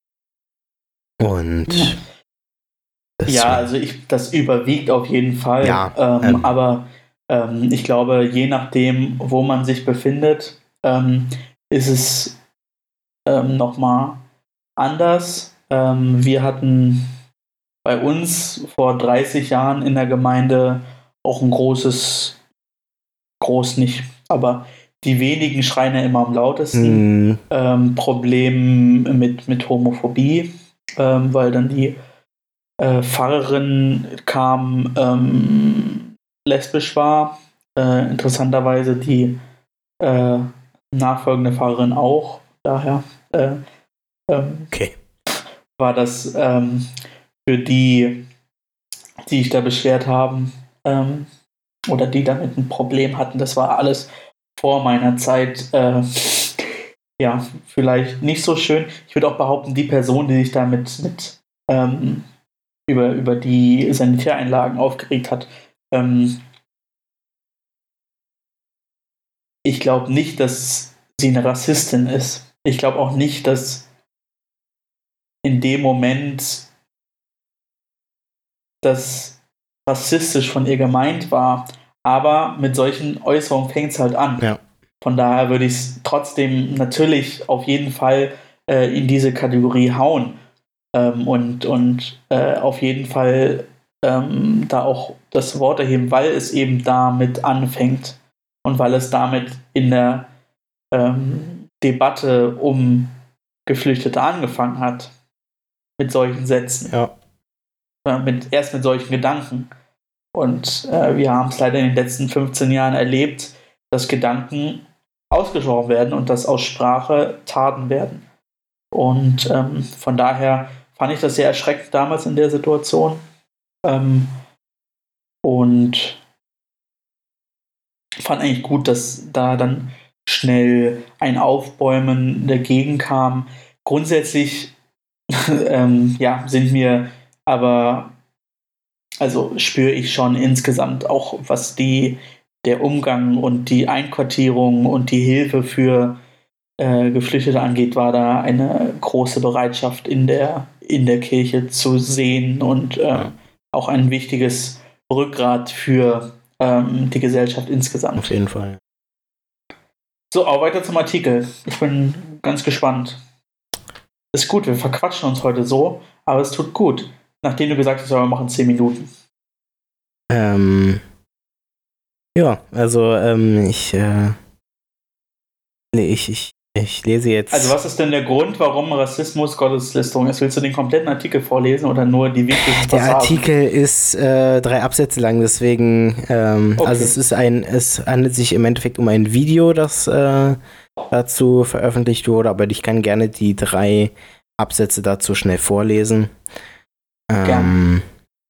[SPEAKER 2] Und
[SPEAKER 1] Ja, ja also ich, das überwiegt auf jeden Fall.
[SPEAKER 2] Ja,
[SPEAKER 1] ähm,
[SPEAKER 2] ähm,
[SPEAKER 1] aber ähm, ich glaube, je nachdem, wo man sich befindet, ähm, ist es ähm, nochmal anders. Ähm, wir hatten bei uns vor dreißig Jahren in der Gemeinde auch ein großes, groß nicht, aber die wenigen schreien ja immer am lautesten,
[SPEAKER 2] mh,
[SPEAKER 1] ähm, Problem mit, mit Homophobie, ähm, weil dann die äh, Pfarrerin kam, ähm, lesbisch war. Äh, interessanterweise die äh, nachfolgende Pfarrerin auch. Daher äh, ähm,
[SPEAKER 2] okay.
[SPEAKER 1] war das ähm, für die, die sich da beschwert haben, ähm, oder die damit ein Problem hatten, das war alles vor meiner Zeit, äh, ja, vielleicht nicht so schön. Ich würde auch behaupten, die Person, die sich da mit, mit ähm, über, über die Sanitäreinlagen aufgeregt hat, ähm, ich glaube nicht, dass sie eine Rassistin ist. Ich glaube auch nicht, dass in dem Moment das rassistisch von ihr gemeint war. Aber mit solchen Äußerungen fängt es halt an.
[SPEAKER 2] Ja.
[SPEAKER 1] von daher würde ich es trotzdem natürlich auf jeden Fall äh, in diese Kategorie hauen ähm, und, und äh, auf jeden Fall ähm, da auch das Wort erheben, weil es eben damit anfängt und weil es damit in der ähm, Debatte um Geflüchtete angefangen hat. Mit solchen Sätzen.
[SPEAKER 2] Ja.
[SPEAKER 1] Äh, mit, erst mit solchen Gedanken. Und äh, wir haben es leider in den letzten fünfzehn Jahren erlebt, dass Gedanken ausgesprochen werden und dass aus Sprache Taten werden. Und ähm, von daher fand ich das sehr erschreckend damals in der Situation. Ähm, und fand eigentlich gut, dass da dann schnell ein Aufbäumen dagegen kam. Grundsätzlich ähm, ja, sind mir aber, also spüre ich schon insgesamt auch, was die, der Umgang und die Einquartierung und die Hilfe für äh, Geflüchtete angeht, war da eine große Bereitschaft in der, in der Kirche zu sehen und äh,
[SPEAKER 2] Ja.
[SPEAKER 1] auch ein wichtiges Rückgrat für ähm, die Gesellschaft insgesamt.
[SPEAKER 2] Auf jeden Fall.
[SPEAKER 1] So, auch weiter zum Artikel. Ich bin ganz gespannt. Ist gut, wir verquatschen uns heute so, aber es tut gut. Nachdem du gesagt hast, wir machen zehn Minuten.
[SPEAKER 2] Ähm, ja, also ähm, ich, äh, nee, ich, ich, ich lese jetzt.
[SPEAKER 1] Also was ist denn der Grund, warum Rassismus Gotteslästerung ist? Willst du den kompletten Artikel vorlesen oder nur die wichtigsten
[SPEAKER 2] Der
[SPEAKER 1] Passagen?
[SPEAKER 2] Artikel ist äh, drei Absätze lang, deswegen, ähm,
[SPEAKER 1] Okay.
[SPEAKER 2] also es ist ein, es handelt sich im Endeffekt um ein Video, das äh, dazu veröffentlicht wurde, aber ich kann gerne die drei Absätze dazu schnell vorlesen. Ähm,
[SPEAKER 1] Gern.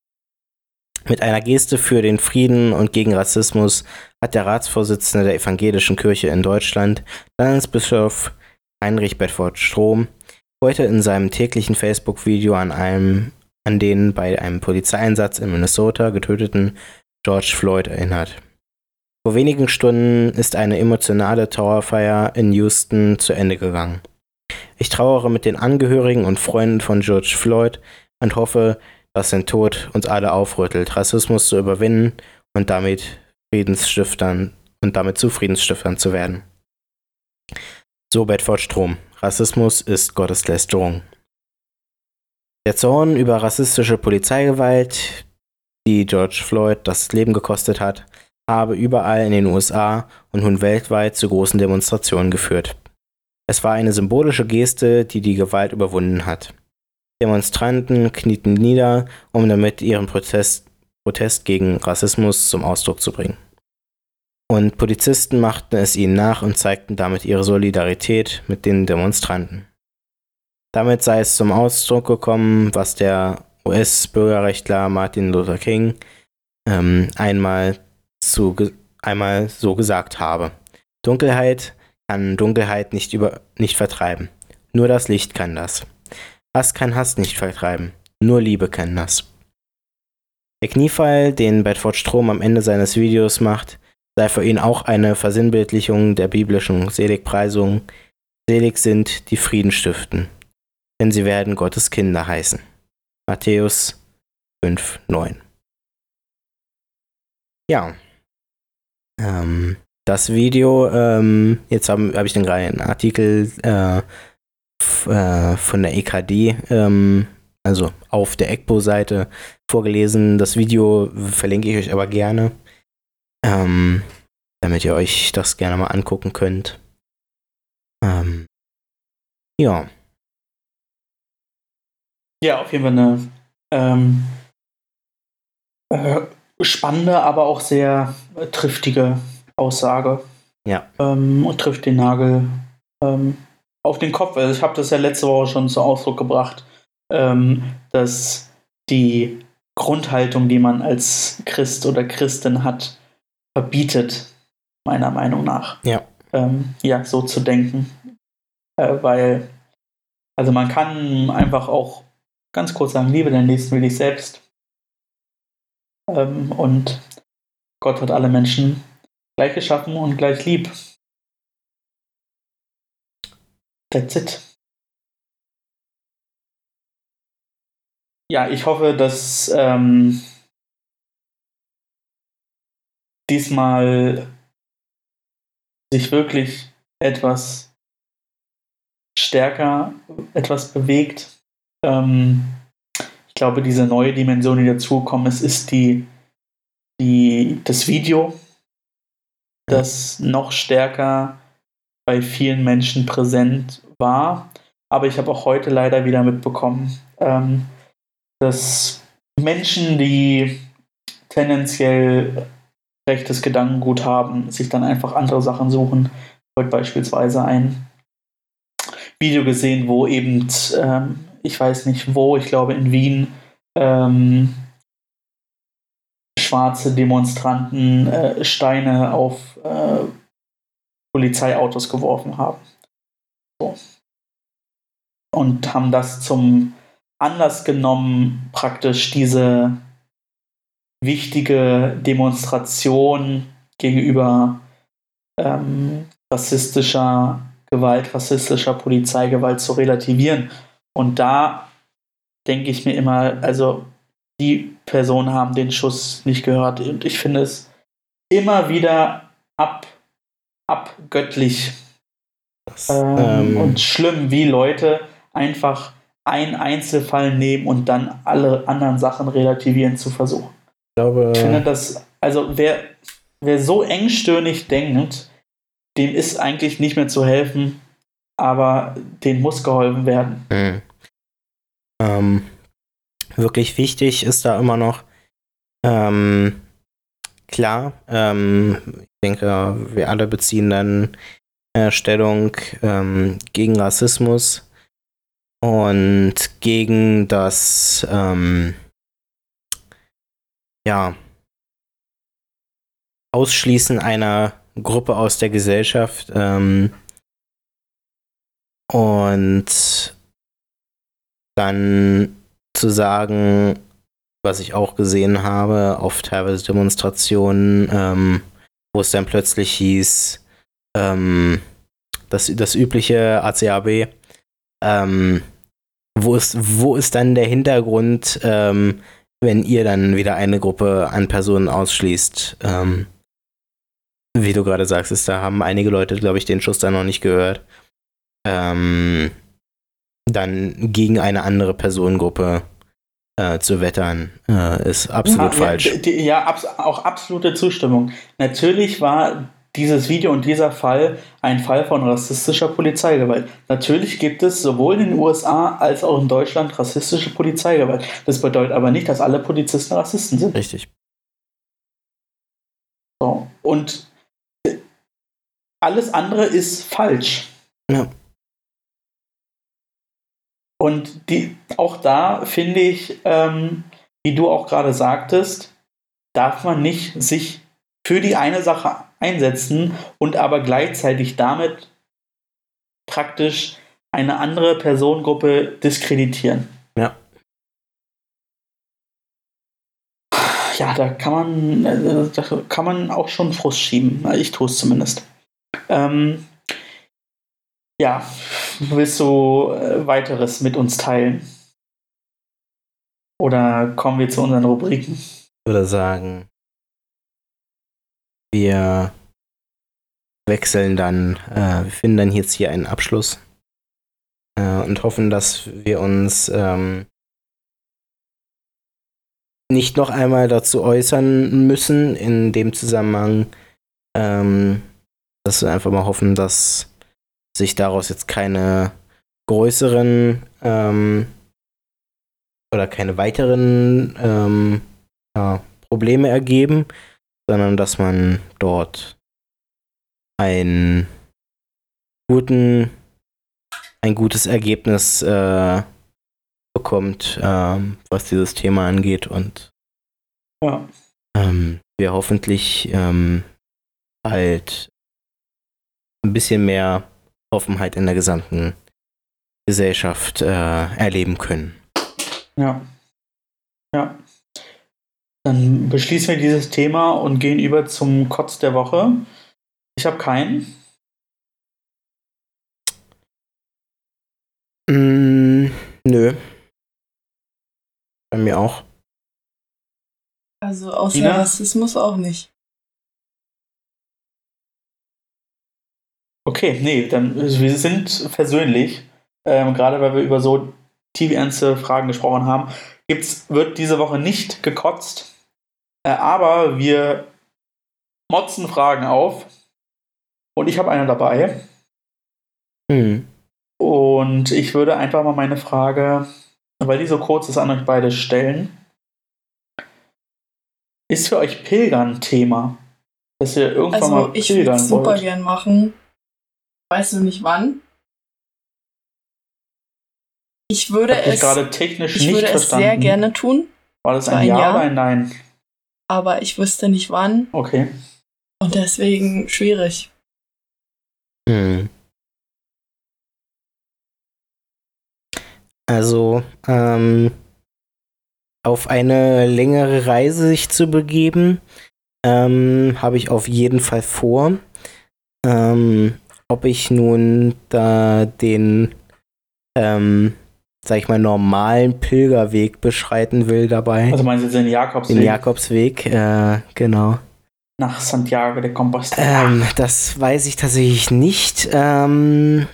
[SPEAKER 2] Mit einer Geste für den Frieden und gegen Rassismus hat der Ratsvorsitzende der Evangelischen Kirche in Deutschland, Landesbischof Heinrich Bedford Strom, heute in seinem täglichen Facebook-Video an einem an den bei einem Polizeieinsatz in Minnesota getöteten George Floyd erinnert. Vor wenigen Stunden ist eine emotionale Trauerfeier in Houston zu Ende gegangen. Ich trauere mit den Angehörigen und Freunden von George Floyd und hoffe, dass sein Tod uns alle aufrüttelt, Rassismus zu überwinden und damit Friedensstiftern und damit zu Friedensstiftern zu werden. So Bedford Strom. Rassismus ist Gotteslästerung. Der Zorn über rassistische Polizeigewalt, die George Floyd das Leben gekostet hat, habe überall in den U S A und nun weltweit zu großen Demonstrationen geführt. Es war eine symbolische Geste, die die Gewalt überwunden hat. Demonstranten knieten nieder, um damit ihren Protest, Protest gegen Rassismus zum Ausdruck zu bringen. Und Polizisten machten es ihnen nach und zeigten damit ihre Solidarität mit den Demonstranten. Damit sei es zum Ausdruck gekommen, was der U S-Bürgerrechtler Martin Luther King ähm, einmal, zu, einmal so gesagt habe. Dunkelheit kann Dunkelheit nicht, über, nicht vertreiben. Nur das Licht kann das. Hass kann Hass nicht vertreiben. Nur Liebe kann das. Der Kniefall, den Bedford Strom am Ende seines Videos macht, sei für ihn auch eine Versinnbildlichung der biblischen Seligpreisung. Selig sind, die Frieden stiften, denn sie werden Gottes Kinder heißen. Matthäus fünf neun. Ja. Ähm, das Video, ähm, jetzt habe hab ich den gerade einen Artikel äh, f- äh, von der E K D, ähm, also auf der E G P O-Seite vorgelesen. Das Video verlinke ich euch aber gerne, ähm, damit ihr euch das gerne mal angucken könnt. Ähm, ja.
[SPEAKER 1] Ja, auf jeden Fall eine ähm, äh, spannende, aber auch sehr äh, triftige Aussage.
[SPEAKER 2] Ja.
[SPEAKER 1] Ähm, und trifft den Nagel ähm, auf den Kopf. Also ich habe das ja letzte Woche schon zum Ausdruck gebracht, ähm, dass die Grundhaltung, die man als Christ oder Christin hat, verbietet, meiner Meinung nach,
[SPEAKER 2] Ja.
[SPEAKER 1] ähm, ja, so zu denken. Äh, weil, also man kann einfach auch ganz kurz sagen, liebe deinen Nächsten wie dich selbst. Ähm, und Gott hat alle Menschen gleich geschaffen und gleich lieb. That's it. Ja, ich hoffe, dass ähm, diesmal sich wirklich etwas stärker, etwas bewegt. Ähm, ich glaube, diese neue Dimension, die dazugekommen ist, ist die, die, das Video, das noch stärker bei vielen Menschen präsent war. Aber ich habe auch heute leider wieder mitbekommen, ähm, dass Menschen, die tendenziell rechtes Gedankengut haben, sich dann einfach andere Sachen suchen. Heute beispielsweise ein Video gesehen, wo eben, ähm, ich weiß nicht wo, ich glaube in Wien, ähm, schwarze Demonstranten äh, Steine auf äh, Polizeiautos geworfen haben. So. Und haben das zum Anlass genommen, praktisch diese wichtige Demonstration gegenüber ähm, rassistischer Gewalt, rassistischer Polizeigewalt zu relativieren. Und da denke ich mir immer, also die Personen haben den Schuss nicht gehört. Und ich finde es immer wieder ab, abgöttlich ähm, ähm, und schlimm, wie Leute einfach einen Einzelfall nehmen und dann alle anderen Sachen relativieren zu versuchen.
[SPEAKER 2] Ich glaube,
[SPEAKER 1] ich finde das, also wer, wer so engstirnig denkt, dem ist eigentlich nicht mehr zu helfen, aber denen muss geholfen werden.
[SPEAKER 2] Mhm. Ähm, wirklich wichtig ist da immer noch, ähm, klar, ähm, ich denke, wir alle beziehen dann äh, Stellung ähm, gegen Rassismus und gegen das, ähm, ja, Ausschließen einer Gruppe aus der Gesellschaft ähm, und dann zu sagen, was ich auch gesehen habe, auf teilweise Demonstrationen, ähm, wo es dann plötzlich hieß, ähm, das, das übliche A C A B, ähm, wo ist, wo ist dann der Hintergrund, ähm, wenn ihr dann wieder eine Gruppe an Personen ausschließt? Ähm, wie du gerade sagst, ist, da haben einige Leute, glaube ich, den Schuss dann noch nicht gehört. Ähm, dann gegen eine andere Personengruppe äh, zu wettern, äh, ist absolut
[SPEAKER 1] ja,
[SPEAKER 2] falsch.
[SPEAKER 1] Ja, die, ja abs- auch absolute Zustimmung. Natürlich war dieses Video und dieser Fall ein Fall von rassistischer Polizeigewalt. Natürlich gibt es sowohl in den U S A als auch in Deutschland rassistische Polizeigewalt. Das bedeutet aber nicht, dass alle Polizisten Rassisten sind.
[SPEAKER 2] Richtig.
[SPEAKER 1] So. Und alles andere ist falsch.
[SPEAKER 2] Ja.
[SPEAKER 1] Und die, auch da finde ich, ähm, wie du auch gerade sagtest, darf man nicht sich für die eine Sache einsetzen und aber gleichzeitig damit praktisch eine andere Personengruppe diskreditieren.
[SPEAKER 2] Ja.
[SPEAKER 1] Ja, da kann man, äh, da kann man auch schon Frust schieben. Ich tue es zumindest. Ähm, ja, willst du äh, weiteres mit uns teilen? Oder kommen wir zu unseren Rubriken?
[SPEAKER 2] Ich würde sagen, wir wechseln dann, äh, wir finden dann jetzt hier einen Abschluss äh, und hoffen, dass wir uns ähm, nicht noch einmal dazu äußern müssen in dem Zusammenhang, ähm, dass wir einfach mal hoffen, dass sich daraus jetzt keine größeren ähm, oder keine weiteren ähm, ja, Probleme ergeben, sondern dass man dort einen guten, ein gutes Ergebnis äh, bekommt, ähm, was dieses Thema angeht und
[SPEAKER 1] Ja.
[SPEAKER 2] ähm, wir hoffentlich ähm, halt ein bisschen mehr Offenheit in der gesamten Gesellschaft äh, erleben können.
[SPEAKER 1] Ja. Ja. Dann beschließen wir dieses Thema und gehen über zum Kotz der Woche. Ich habe keinen.
[SPEAKER 2] Mm, nö. Bei mir auch.
[SPEAKER 3] Also außer
[SPEAKER 1] Ina?
[SPEAKER 3] Rassismus auch nicht.
[SPEAKER 1] Okay, nee, dann wir sind versöhnlich. Ähm, gerade weil wir über so tiefernste Fragen gesprochen haben, gibt's, wird diese Woche nicht gekotzt, äh, aber wir motzen Fragen auf und ich habe eine dabei.
[SPEAKER 2] Hm.
[SPEAKER 1] Und ich würde einfach mal meine Frage, weil die so kurz ist, an euch beide stellen. Ist für euch Pilgern ein Thema? Dass ihr irgendwann
[SPEAKER 3] Also
[SPEAKER 1] mal
[SPEAKER 3] ich würde
[SPEAKER 1] pilgern
[SPEAKER 3] es super
[SPEAKER 1] wollt?
[SPEAKER 3] gern machen. Weißt du nicht wann? Ich würde
[SPEAKER 1] Ich habe dich
[SPEAKER 3] es,
[SPEAKER 1] gerade technisch
[SPEAKER 3] ich
[SPEAKER 1] nicht
[SPEAKER 3] würde es
[SPEAKER 1] verstanden.
[SPEAKER 3] sehr gerne tun,
[SPEAKER 1] War das
[SPEAKER 3] für
[SPEAKER 1] ein
[SPEAKER 3] ein
[SPEAKER 1] Ja
[SPEAKER 3] Jahr.
[SPEAKER 1] oder ein Nein?
[SPEAKER 3] aber ich wüsste nicht wann
[SPEAKER 1] Okay.
[SPEAKER 3] und deswegen schwierig.
[SPEAKER 2] Hm. Also, ähm, auf eine längere Reise sich zu begeben, ähm, habe ich auf jeden Fall vor. Ähm, ob ich nun da den, ähm, sag ich mal, normalen Pilgerweg beschreiten will dabei.
[SPEAKER 1] Also meinst du jetzt den Jakobsweg
[SPEAKER 2] den Jakobsweg, äh, genau.
[SPEAKER 1] nach Santiago de Compostela?
[SPEAKER 2] Ähm, das weiß ich tatsächlich nicht. Ähm,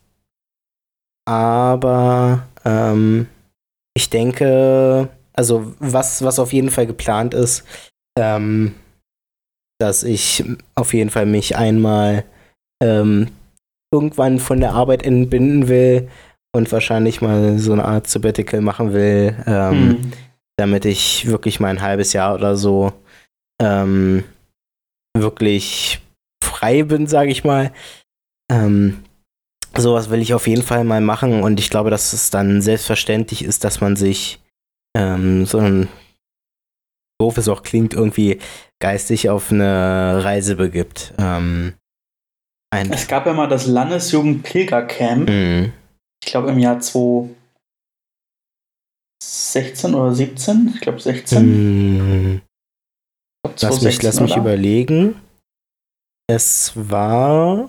[SPEAKER 2] aber ähm, ich denke, also was, was auf jeden Fall geplant ist, ähm, dass ich auf jeden Fall mich einmal ähm, irgendwann von der Arbeit entbinden will und wahrscheinlich mal so eine Art Sabbatical machen will, ähm,
[SPEAKER 1] Hm.
[SPEAKER 2] damit ich wirklich mal ein halbes Jahr oder so ähm, wirklich frei bin, sage ich mal. Ähm, sowas will ich auf jeden Fall mal machen und ich glaube, dass es dann selbstverständlich ist, dass man sich ähm, so ein doof es auch klingt, irgendwie geistig auf eine Reise begibt. Ähm, ein,
[SPEAKER 1] Es gab ja mal das Landesjugend Pilgercamp,
[SPEAKER 2] mh,
[SPEAKER 1] ich glaube im Jahr zwanzig sechzehn oder siebzehn, ich glaube sechzehn.
[SPEAKER 2] mh,
[SPEAKER 1] Ich glaub
[SPEAKER 2] lass mich,
[SPEAKER 1] zwanzig sechzehn,
[SPEAKER 2] lass mich
[SPEAKER 1] oder?
[SPEAKER 2] überlegen. Es war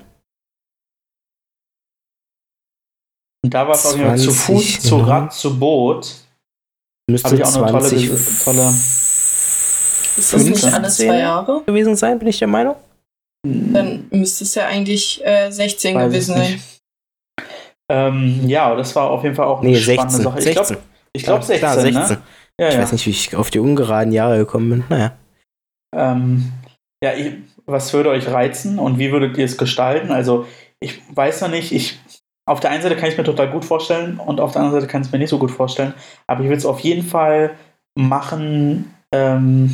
[SPEAKER 1] Und da war es auf jeden Fall zu Fuß,
[SPEAKER 2] zwanzig,
[SPEAKER 1] zu
[SPEAKER 2] mhm.
[SPEAKER 1] Rad, zu Boot. Habe
[SPEAKER 2] müsste
[SPEAKER 1] ich auch eine tolle,
[SPEAKER 2] zwanzig
[SPEAKER 1] tolle
[SPEAKER 3] Ist das nicht
[SPEAKER 1] fünfzehn
[SPEAKER 3] alle zwei Jahre?
[SPEAKER 2] gewesen sein, bin ich der Meinung.
[SPEAKER 3] Dann müsste es ja eigentlich äh, sechzehn
[SPEAKER 1] Weiß
[SPEAKER 3] gewesen
[SPEAKER 1] es
[SPEAKER 3] sein.
[SPEAKER 1] nicht. Ähm, ja, das war auf jeden Fall auch eine
[SPEAKER 2] Nee,
[SPEAKER 1] spannende
[SPEAKER 2] sechzehn.
[SPEAKER 1] Sache. Ich
[SPEAKER 2] sechzehn.
[SPEAKER 1] glaube, ich glaub
[SPEAKER 2] Ja,
[SPEAKER 1] sechzehn,
[SPEAKER 2] klar, sechzehn.
[SPEAKER 1] ne? Ja,
[SPEAKER 2] Ich
[SPEAKER 1] ja.
[SPEAKER 2] weiß nicht, wie ich auf die ungeraden Jahre gekommen bin. Naja.
[SPEAKER 1] Ähm, ja, ich, was würde euch reizen und wie würdet ihr es gestalten? Also, ich weiß noch nicht, ich, auf der einen Seite kann ich es mir total gut vorstellen und auf der anderen Seite kann ich es mir nicht so gut vorstellen, aber ich will es auf jeden Fall machen, ähm,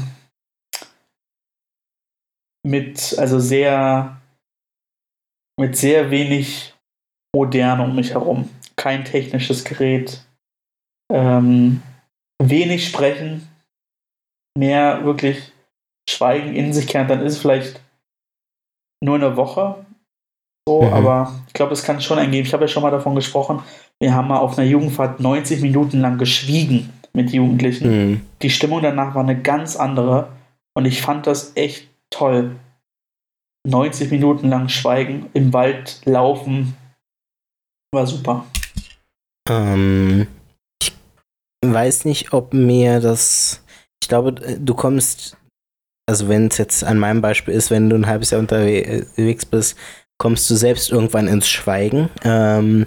[SPEAKER 1] mit, also sehr, mit sehr wenig Moderne um mich herum. Kein technisches Gerät, ähm, wenig sprechen, mehr wirklich Schweigen in sich kehren, dann ist es vielleicht nur eine Woche so,
[SPEAKER 2] Mhm.
[SPEAKER 1] aber ich glaube, es kann schon eingehen. Ich habe ja schon mal davon gesprochen, wir haben mal auf einer Jugendfahrt neunzig Minuten lang geschwiegen mit Jugendlichen.
[SPEAKER 2] Mhm.
[SPEAKER 1] Die Stimmung danach war eine ganz andere und ich fand das echt toll. neunzig Minuten lang schweigen, im Wald laufen, war super.
[SPEAKER 2] Ähm, ich weiß nicht, ob mir das. Ich glaube, du kommst, also wenn es jetzt an meinem Beispiel ist, wenn du ein halbes Jahr unterwegs bist, kommst du selbst irgendwann ins Schweigen. Ähm,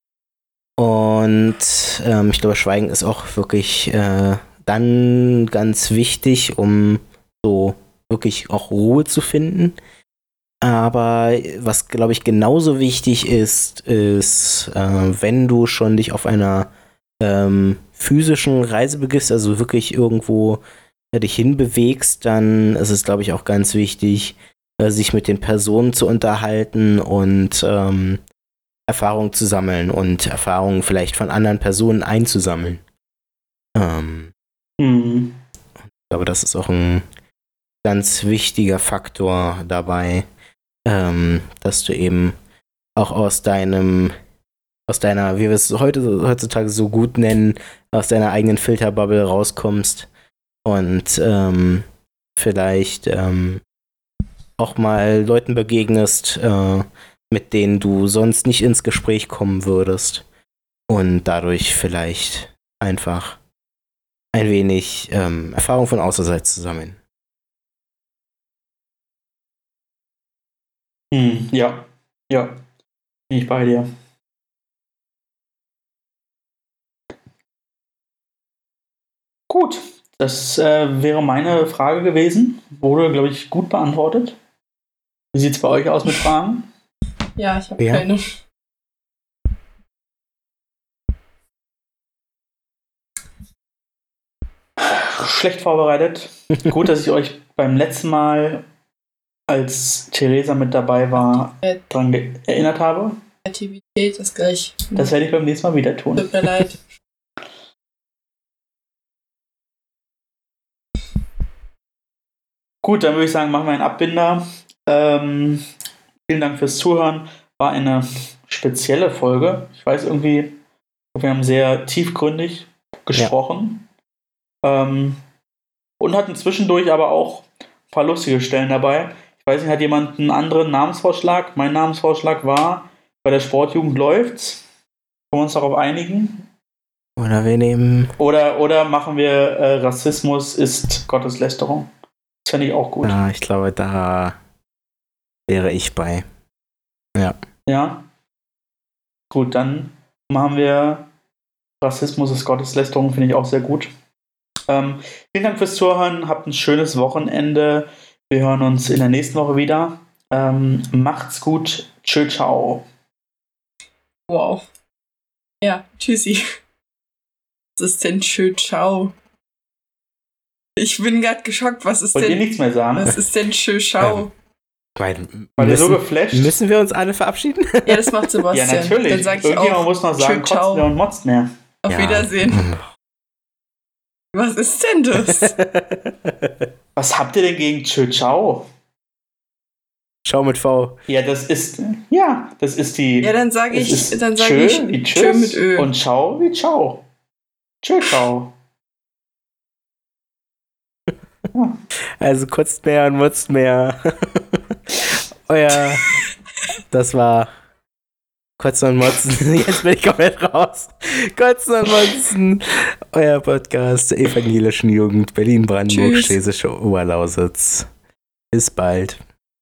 [SPEAKER 2] und ähm, ich glaube, Schweigen ist auch wirklich äh, dann ganz wichtig, um so wirklich auch Ruhe zu finden. Aber was, glaube ich, genauso wichtig ist, ist, äh, wenn du schon dich auf einer ähm, physischen Reise begibst, also wirklich irgendwo äh, dich hinbewegst, dann ist es, glaube ich, auch ganz wichtig, äh, sich mit den Personen zu unterhalten und ähm, Erfahrungen zu sammeln und Erfahrungen vielleicht von anderen Personen einzusammeln. Ähm,
[SPEAKER 1] Mhm.
[SPEAKER 2] ich glaube, das ist auch ein ganz wichtiger Faktor dabei, ähm, dass du eben auch aus deinem, aus deiner, wie wir es heute heutzutage so gut nennen, aus deiner eigenen Filterbubble rauskommst und ähm, vielleicht ähm, auch mal Leuten begegnest, äh, mit denen du sonst nicht ins Gespräch kommen würdest und dadurch vielleicht einfach ein wenig ähm, Erfahrung von außerseits zu sammeln.
[SPEAKER 1] Mhm. Ja, Ja, bin ich bei dir. Gut, das äh, wäre meine Frage gewesen. Wurde, glaube ich, gut beantwortet. Wie sieht es bei euch aus mit Fragen?
[SPEAKER 3] Ja, ich habe
[SPEAKER 2] Ja.
[SPEAKER 3] keine.
[SPEAKER 1] Schlecht vorbereitet. Gut, dass ich euch beim letzten Mal, als Theresa mit dabei war,
[SPEAKER 3] Äh,
[SPEAKER 1] daran ge- erinnert habe.
[SPEAKER 3] Kreativität ist gleich.
[SPEAKER 1] Das werde ich beim nächsten Mal wieder tun.
[SPEAKER 3] Tut mir leid.
[SPEAKER 1] Gut, dann würde ich sagen, machen wir einen Abbinder. Ähm, vielen Dank fürs Zuhören. War eine spezielle Folge. Ich weiß irgendwie, wir haben sehr tiefgründig gesprochen. Ähm, und hatten zwischendurch aber auch ein paar lustige Stellen dabei. Ich weiß nicht, hat jemand einen anderen Namensvorschlag? Mein Namensvorschlag war, bei der Sportjugend läuft's. Können wir uns darauf einigen?
[SPEAKER 2] Oder wir nehmen.
[SPEAKER 1] Oder, oder machen wir äh, Rassismus ist Gotteslästerung? Das fände ich auch gut.
[SPEAKER 2] Ja, ich glaube, da wäre ich bei. Ja.
[SPEAKER 1] Ja? Gut, dann machen wir Rassismus ist Gotteslästerung, finde ich auch sehr gut. Ähm, vielen Dank fürs Zuhören, habt ein schönes Wochenende. Wir hören uns in der nächsten Woche wieder. Ähm, macht's gut. Tschö, ciao.
[SPEAKER 3] Wow. Ja, tschüssi. Was ist denn schön? Ciao. Ich bin gerade geschockt. Was ist
[SPEAKER 1] Wollt ihr
[SPEAKER 3] denn.
[SPEAKER 1] nichts mehr sagen?
[SPEAKER 3] Was ist denn schön? Ciao.
[SPEAKER 2] Ähm, Weil,
[SPEAKER 1] Weil ihr so
[SPEAKER 2] müssen,
[SPEAKER 1] geflasht.
[SPEAKER 2] müssen wir uns alle verabschieden?
[SPEAKER 3] Ja, das macht
[SPEAKER 1] Ja,
[SPEAKER 3] Sebastian.
[SPEAKER 1] natürlich.
[SPEAKER 3] Dann sag ich
[SPEAKER 1] Irgendjemand
[SPEAKER 3] auch.
[SPEAKER 1] muss noch sagen,
[SPEAKER 3] Tschö, ciao.
[SPEAKER 1] kotzt mehr und motzt mehr.
[SPEAKER 3] Auf
[SPEAKER 2] Ja.
[SPEAKER 3] Wiedersehen. Was ist denn das?
[SPEAKER 1] Was habt ihr denn gegen Tschö, ciao?
[SPEAKER 2] Schau mit V.
[SPEAKER 1] Ja, das ist, ja, das ist die,
[SPEAKER 3] Ja, dann sage
[SPEAKER 1] das
[SPEAKER 3] ich,
[SPEAKER 1] ist
[SPEAKER 3] dann sage
[SPEAKER 1] Tschö
[SPEAKER 3] ich
[SPEAKER 1] wie
[SPEAKER 3] Tschö
[SPEAKER 1] Tschüss
[SPEAKER 3] mit Ö.
[SPEAKER 1] und Ciao wie Ciao. Tschö, ciao.
[SPEAKER 2] Also kotzt mehr und mutzt mehr. Euer. Das war Kotzen und Motzen. Jetzt bin ich komplett raus. Kotzen und Motzen. Euer Podcast der evangelischen Jugend Berlin-Brandenburg,
[SPEAKER 3] Tschüss.
[SPEAKER 2] Schlesische Oberlausitz. Bis bald.